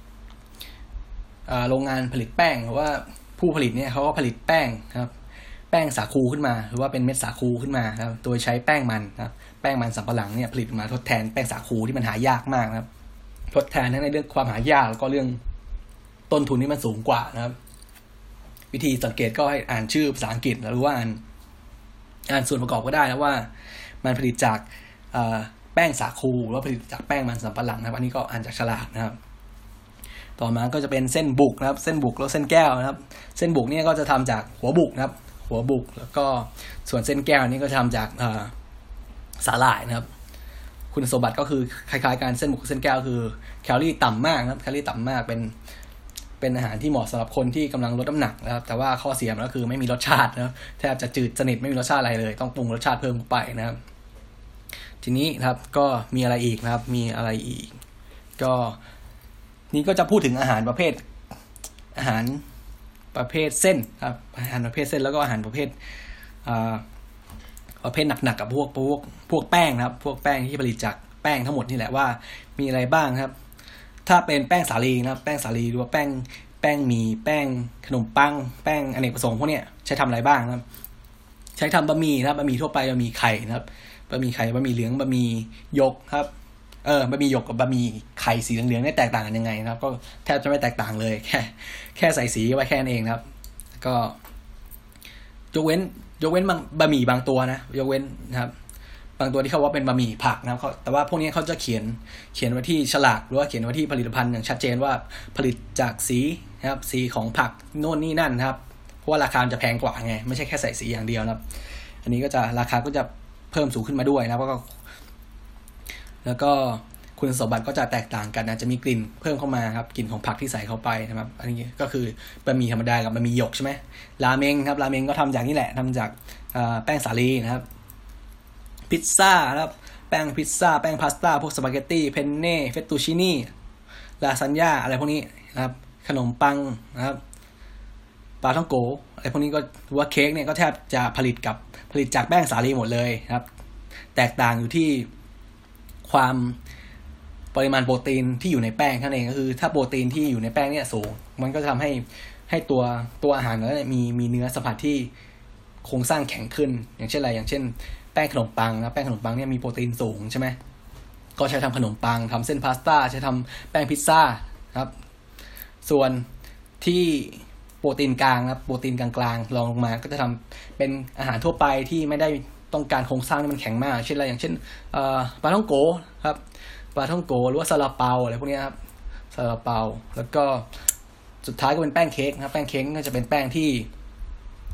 โรงงานผลิตแป้งหรือว่าผู้ผลิตเนี่ยเขาก็ผลิตแป้งครับแป้งสาคูขึ้นมาหรือว่าเป็นเม็ดสาคูขึ้นมาครับโดยใช้แป้งมันนะครับแป้งมันสำปะหลังเนี่ยผลิตมาทดแทนแป้งสาคูที่มันหายากมากนะครับทดแทนทั้งในเรื่องความหายากแล้วก็เรื่องต้นทุนที่มันสูงกว่านะครับวิธีสังเกตก็ให้อ่านชื่อภาษาอังกฤษหรือว่าอ่านอ่านส่วนประกอบก็ได้นะว่ามันผลิตจากแป้งสาคูหรือว่าผลิตจากแป้งมันสำปะหลังนะครับอันนี้ก็อ่านจากฉลากนะครับต่อมาก็จะเป็นเส้นบุกนะครับเส้นบุกแล้วเส้นแก้วนะครับเส้นบุกเนี่ยก็จะทำจากหัวบุกนะครับหัวบุกแล้วก็ส่วนเส้นแก้วนี่ก็จะทำจากสาหร่ายนะครับคุณสมบัติก็คือคล้ายๆกันเส้นบุกเส้นแก้วคือแคลอรี่ต่ำมากนะครับแคลอรี่ต่ำมากเป็นเป็นอาหารที่เหมาะสำหรับคนที่กำลังลดน้ำหนักนะครับแต่ว่าข้อเสียมันก็คือไม่มีรสชาตินะแทบจะจืดสนิทไม่มีรสชาติอะไรเลยต้องปรุงรสชาติเพิ่มไปนะครับทีนี้นะครับก็มีอะไรอีกนะครับมีอะไรอีกก็นี่ก็จะพูดถึงอาหารประเภทอาหารประเภทเส้นครับอาหารประเภทเส้นแล้วก็อาหารประเภทอ่าประเภทหนักๆกับพวกพวกพวกแป้งนะครับพวกแป้งที่ผลิตจากแป้งทั้งหมดนี่แหละว่ามีอะไรบ้างครับถ้าเป็นแป้งสาลีนะครับแป้งสาลีหรือว่าแป้งแป้งหมี่แป้งขนมปังแป้งอเนกประสงค์พวกเนี้ยใช้ทำอะไรบ้างครับใช้ทำบะหมี่นะครับบะหมี่ทั่วไปบะหมี่ไข่นะครับบะหมี่ไข่บะหมี่เหลืองบะหมี่หยกครับเออบะหมี่หยกกับบะหมี่ไข่สีเหลืองๆนี่แตกต่างกันยังไงนะครับก็แทบจะไม่แตกต่างเลยแค่แค่ใส่สีไว้แค่นั้นเองนะครับก็ยกเว้นยกเว้นบางบะหมี่บางตัวนะยกเว้นนะครับบางตัวที่เขาว่าเป็นบะหมี่ผักนะครับแต่ว่าพวกนี้เขาจะเขียนเขียนไว้ที่ฉลากหรือว่าเขียนไว้ที่ผลิตภัณฑ์อย่างชัดเจนว่าผลิตจากสีนะครับสีของผักโน่นนี่นั่นนะครับเพราะว่าราคาจะแพงกว่าไงไม่ใช่แค่ใส่สีอย่างเดียวนะครับอันนี้ก็จะราคาก็จะเพิ่มสูงขึ้นมาด้วยนะครับแล้วก็แล้วก็คุณสมบัติก็จะแตกต่างกันอาจจะมีกลิ่นเพิ่มเข้ามาครับกลิ่นของผักที่ใส่เข้าไปนะครับอันนี้ก็คือบะหมี่ธรรมดากับบะหมี่หยกใช่ไหมราเมงครับราเมงก็ทำจากนี่แหละทำจากแป้งสาลีนะครับพิซซ่าครับแป้งพิซซ่าแป้งพาสต้าพวกสปาเกตตี้เพนเน่เฟตตูชินี่ลาซานญ่าอะไรพวกนี้นะครับขนมปังนะครับปลาท่องโกอะไรพวกนี้ก็หรือว่าเค้กเนี่ยก็แทบจะผลิตกับผลิตจากแป้งสาลีหมดเลยครับแตกต่างอยู่ที่ความปริมาณโปรตีนที่อยู่ในแป้งนั่นเองก็คือถ้าโปรตีนที่อยู่ในแป้งเนี่ยสูงมันก็จะทำให้ให้ตัวตัวอาหารนั้นมีมีเนื้อสัมผัสที่โครงสร้างแข็งขึ้นอย่างเช่นอะไรอย่างเช่นแป้งขนมปังนะแป้งขนมปังเนี่ยมีโปรตีนสูงใช่ไหมก็ใช้ทำขนมปังทำเส้นพาสต้าใช้ทำแป้งพิซซ่าครับส่วนที่โปรตีนกลางนะโปรตีนกลางๆรองลงมาก็จะทำเป็นอาหารทั่วไปที่ไม่ได้ต้องการโครงสร้างที่มันแข็งมากเช่นอะไรอย่างเช่นปลาท่องโกครับปลาท่องโกหรือว่าซาลาเปาอะไรพวกนี้ครับซาลาเปาแล้วก็สุดท้ายก็เป็นแป้งเค้กนะครับแป้งเค้กก็จะเป็นแป้งที่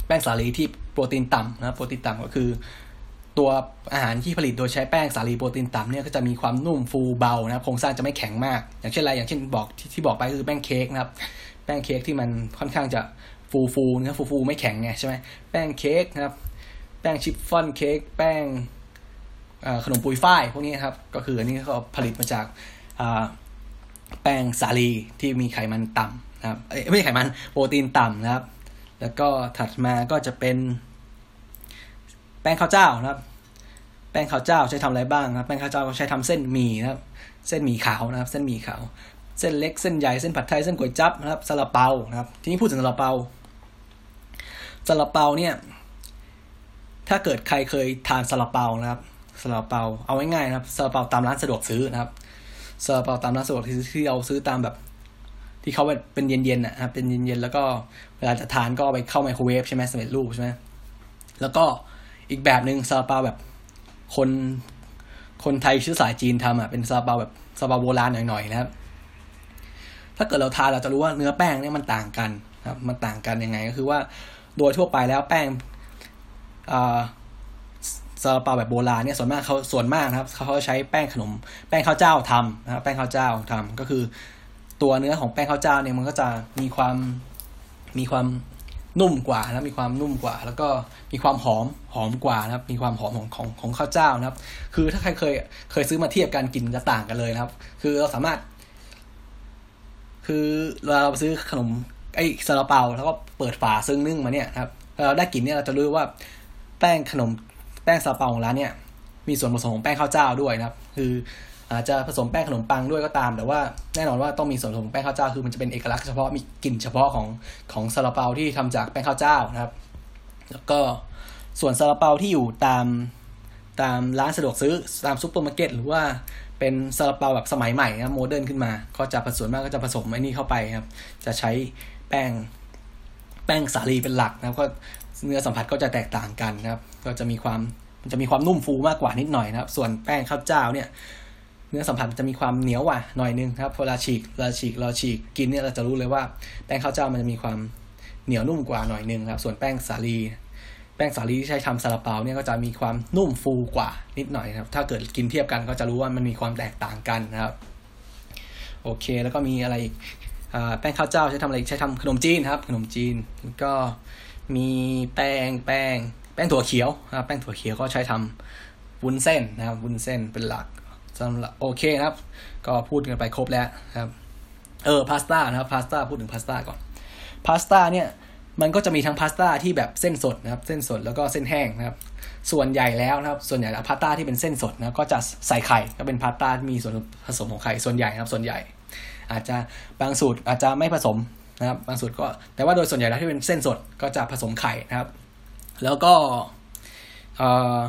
แป้งสาลีที่โปรตีนต่ำนะโปรตีนต่ำก็คือตัวอาหารที่ผลิตโดยใช้แป้งสาลีโปรตีนต่ำเนี่ยก็จะมีความนุ่มฟูเบานะครับโครงสร้างจะไม่แข็งมากอย่างเช่นอะไรอย่างเช่นบอกที่ที่บอกไปคือแป้งเค้กนะครับแป้งเค้กที่มันค่อนข้างจะฟูฟูนะฟูฟูไม่แข็งไงใช่ไหมแป้งเค้กนะครับแป้งชิฟฟ่อนเค้กแป้งขนมปุยฝ้ายพวกนี้ครับก็คืออันนี้เขาผลิตมาจากแป้งสาลีที่มีไขมันต่ำนะครับไม่ใช่ไขมันโปรตีนต่ำนะครับแล้วก็ถัดมาก็จะเป็นแป้งข้าวเจ้านะครับแป้งข้าวเจ้าใช้ทำอะไรบ้างครับแป้งข้าวเจ้าก็ใช้ทำเส้นหมี่นะครับเส้นหมี่ขาวนะครับเส้นหมี่ขาวเส้นเล็กเส้นใหญ่เส้นผัดไทยเส้นก๋วยจั๊บนะครับซาลาเปานะครับทีนี้พูดถึงซาลาเปาซาลาเปาเนี่ยถ้าเกิดใครเคยทานซาลาเปานะครับซาลาเปาเอาง่ายๆนะครับซาลาเปาตามร้านสะดวกซื้อนะครับซาลาเปาตามร้านสะดวกซื้อที่เราซื้อตามแบบที่เขาเป็นเย็นๆนะครับเป็นเย็นๆแล้วก็เวลาจะทานก็ไปเข้าไมโครเวฟใช่ไหมสำเร็จรูปใช่ไหมแล้วก็อีกแบบนึงซาลาเปาแบบคนคนไทยเชื้อสายจีนทำอ่ะเป็นซาลาเปาแบบซาลาเปาโบราณหน่อยๆนะครับถ้าเกิดเราทานเราจะรู้ว่าเนื้อแป้งเนี่ยมันต่างกันครับมันต่างกันยังไงก็คือว่าโดยทั่วไปแล้วแป้งอ่าซาลาเปาแบบโบราณเนี่ยส่วนมากเขาส่วนมากนะครับเขาใช้แป้งขนมแป้งข้าวเจ้าทำนะครับแป้งข้าวเจ้าทำก็คือตัวเนื้อของแป้งข้าวเจ้าเนี่ยมันก็จะมีความมีความนุ่มกว่านะมีความนุ่มกว่าแล้วก็มีความหอมหอมกว่านะครับมีความหอมของของของข้าวเจ้านะครับคือถ้าใครเคยเคยซื้อมาเทียบกันกลิ่นจะต่างกันเลยนะครับคือเราสามารถคือเราซื้อขนมไอ้ซาลาเปาแล้วก็เปิดฝาซึ่งนึ่งมาเนี่ยครับเราได้กลิ่นเนี่ยเราจะรู้ว่าแป้งขนมแป้งซาลาเปาของร้านเนี่ยมีส่วนผสมของแป้งข้าวเจ้าด้วยนะครับคืออาจจะผสมแป้งขนมปังด้วยก็ตามแต่ว่าแน่นอนว่าต้องมีส่วนผสมของแป้งข้าวเจ้าคือมันจะเป็นเอกลักษณ์เฉพาะมีกลิ่นเฉพาะของของซาลาเปาที่ทำจากแป้งข้าวเจ้านะครับแล้วก็ส่วนซาลาเปาที่อยู่ตามตามร้านสะดวกซื้อตามซุปเปอร์มาร์เก็ตหรือว่าเป็นซาลาเปาแบบสมัยใหม่นะโมเดิร์นขึ้นมาก็จะผสมมากก็จะผสมไอ้นี่เข้าไปครับจะใช้แป้งแป้งสาลีเป็นหลักนะครับก็เนื้อสัมผัสก็จะแตกต่างกันนะครับก็จะมีความมันจะมีความนุ่มฟูมากกว่านิดหน่อยนะครับส่วนแป้งข้าวเจ้าเนี่ยเนื้อสัมผัสจะมีความเหนียวกว่าหน่อยนึงครับเวลาฉีกเวลาฉีกเราฉีกกินเนี่ยเราจะรู้เลยว่าแป้งข้าวเจ้ามันจะมีความเหนียวนุ่มกว่าหน่อยนึงครับส่วนแป้งสาลีแป้งสาลีที่ใช้ทำซาลาเปาเนี่ยก็จะมีความนุ่มฟูกว่านิดหน่อยครับถ้าเกิดกินเทียบกันก็จะรู้ว่ามันมีความแตกต่างกันนะครับโอเคแล้วก็มีอะไรอีกแป้งข้าวเจ้าใช้ทำอะไรใช้ทำขนมจีนครับขนมจีนแล้วก็มีแป้งแป้งแป้งถั่วเขียวนะครับแป้งถั่วเขียวก็ใช้ทำวุ้นเส้นนะครับวุ้นเส้นเป็นหลักสำหรับโอเคนะครับก็พูดกันไปครบแล้วครับเออพาสต้านะครับพาสต้าพูดถึงพาสต้าก่อนพาสต้าเนี่ยมันก็จะมีทั้งพาสต้าที่แบบเส้นสดนะครับเส้นสดแล้วก็เส้นแห้งนะครับส่วนใหญ่แล้วนะครับส่วนใหญ่แล้วพาสต้าที่เป็นเส้นสดนะก็จะใส่ไข่ก็เป็นพาสต้าที่มีส่วนผสมของไข่ส่วนใหญ่นะครับส่วนใหญ่อาจจะบางสูตรอาจจะไม่ผสมนะครับบางสูตรก็แต่ว่าโดยส่วนใหญ่แล้วที่เป็นเส้นสดก็จะผสมไข่นะครับแล้วก็เอ่อ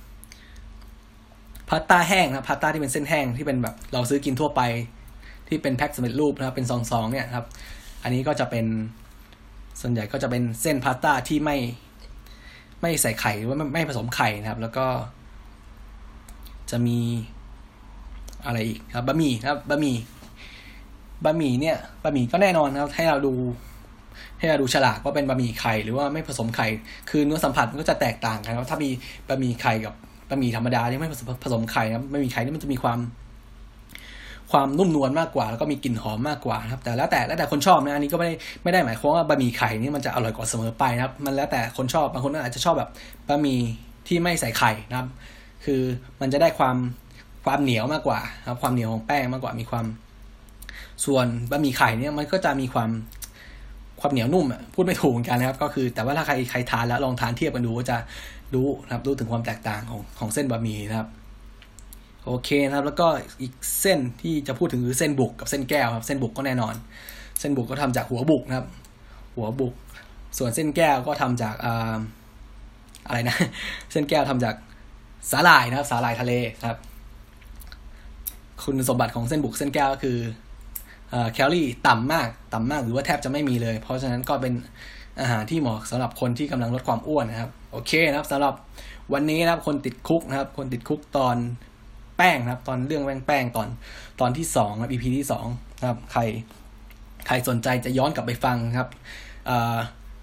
พาสต้าแห้งนะพาสต้าที่เป็นเส้นแห้งที่เป็นแบบเราซื้อกินทั่วไปที่เป็นแพ็คสำเร็จรูปนะครับเป็นซองๆเนี่ยครับอันนี้ก็จะเป็นส่วนใหญ่ก็จะเป็นเส้นพาสต้าที่ไม่ไม่ใส่ไข่หรือว่าไม่ไม่ผสมไข่นะครับแล้วก็จะมีอะไรอีกครับบะหมี่ครับบะหมี่บะหมี่เนี่ยบะหมี่ก็แน่นอนครับให้เราดูให้เราดูฉลากว่าเป็นบะหมี่ไข่หรือว่าไม่ผสมไข่คือเนื้อสัมผัสมันก็จะแตกต่างกันครับถ้ามีบะหมี่ไข่กับบะหมี่ธรรมดาที่ไม่ผสมไข่นะไม่มีไข่นี่มันจะมีความความนุ่มนวลมากกว่าแล้วก็มีกลิ่นหอมมากกว่าครับแต่แล้วแต่แล้วแต่คนชอบนะอันนี้ก็ไม่ได้ไม่ได้หมายความว่าบะหมี่ไข่นี่มันจะอร่อยกว่าเสมอไปนะครับมันแล้วแต่คนชอบบางคนอาจจะชอบแบบบะหมี่ที่ไม่ใส่ไข่นะครับคือมันจะได้ความความเหนียวมากกว่าครับความเหนียวของแป้งมากกว่ามีความส่วนบะหมี่ไข่เนี่ยมันก็จะมีความความเหนียวนุ่มอ่ะพูดไม่ถูกเหมือนกันนะครับก็คือแต่ว่าถ้าใครใครทานแล้วลองทานเทียบกันดูก็จะรู้นะครับรู้ถึงความแตกต่างของของเส้นบะหมี่นะครับโอเคนะครับแล้วก็อีกเส้นที่จะพูดถึงคือเส้นบุกกับเส้นแก้วครับเส้นบุกก็แน่นอนเส้นบุกก็ทำจากหัวบุกนะครับหัวบุกส่วนเส้นแก้วก็ทำจากอ่าอะไรนะเส้นแก้วทำจากสาหร่ายนะครับสาหร่ายทะเลครับคุณสมบัติของเส้นบุกเส้นแก้วก็คือแคลอรี่ต่ำมากต่ำมากหรือว่าแทบจะไม่มีเลยเพราะฉะนั้นก็เป็นอาหารที่เหมาะสำหรับคนที่กำลังลดความอ้วนนะครับโอเคนะครับสำหรับวันนี้นะครับคนติดคุกนะครับคนติดคุกตอนแป้งนะครับตอนเรื่องแป้งแป้งตอนตอนที่สองนะ อี พี ที่สองนะครับใครใครสนใจจะย้อนกลับไปฟังครับ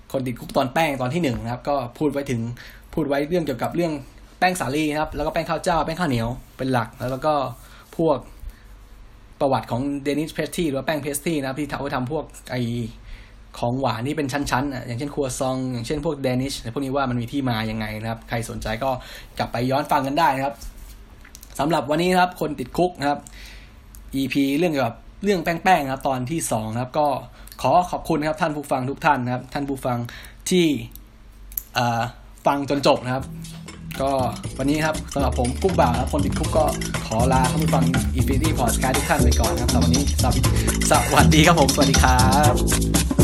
คนติดคุกตอนแป้งตอนที่หนึ่งนะครับก็พูดไว้ถึงพูดไว้เรื่องเกี่ยวกับเรื่องแป้งสาลีนะครับแล้วก็แป้งข้าวเจ้าแป้งข้าวเหนียวเป็นหลักแล้วก็พวกประวัติของเดนิสเพสตี้หรือว่าแป้งเพสตี้นะครับที่เขาทำพวกไอของหวานที่เป็นชั้นๆอ่ะอย่างเช่นครัวซองอย่างเช่นพวกเดนิชพวกนี้ว่ามันมีที่มาอย่างไงนะครับใครสนใจก็กลับไปย้อนฟังกันได้นะครับสำหรับวันนี้นะครับคนติดคุกนะครับ อี พี เรื่องเกี่ยวกับเรื่องแป้งๆนะครับตอนที่สองนะครับก็ขอขอบคุณครับท่านผู้ฟังทุกท่านนะครับท่านผู้ฟังที่ฟังจนจบนะครับก็วันนี้ครับสำหรับผมกุ๊กบ่าวคนติดคุกก็ขอลาท่านผู้ฟัง Infinity Podcast ทุกท่านไปก่อนครับสำหรับวันนี้สวัสดีครับผมสวัสดีครับ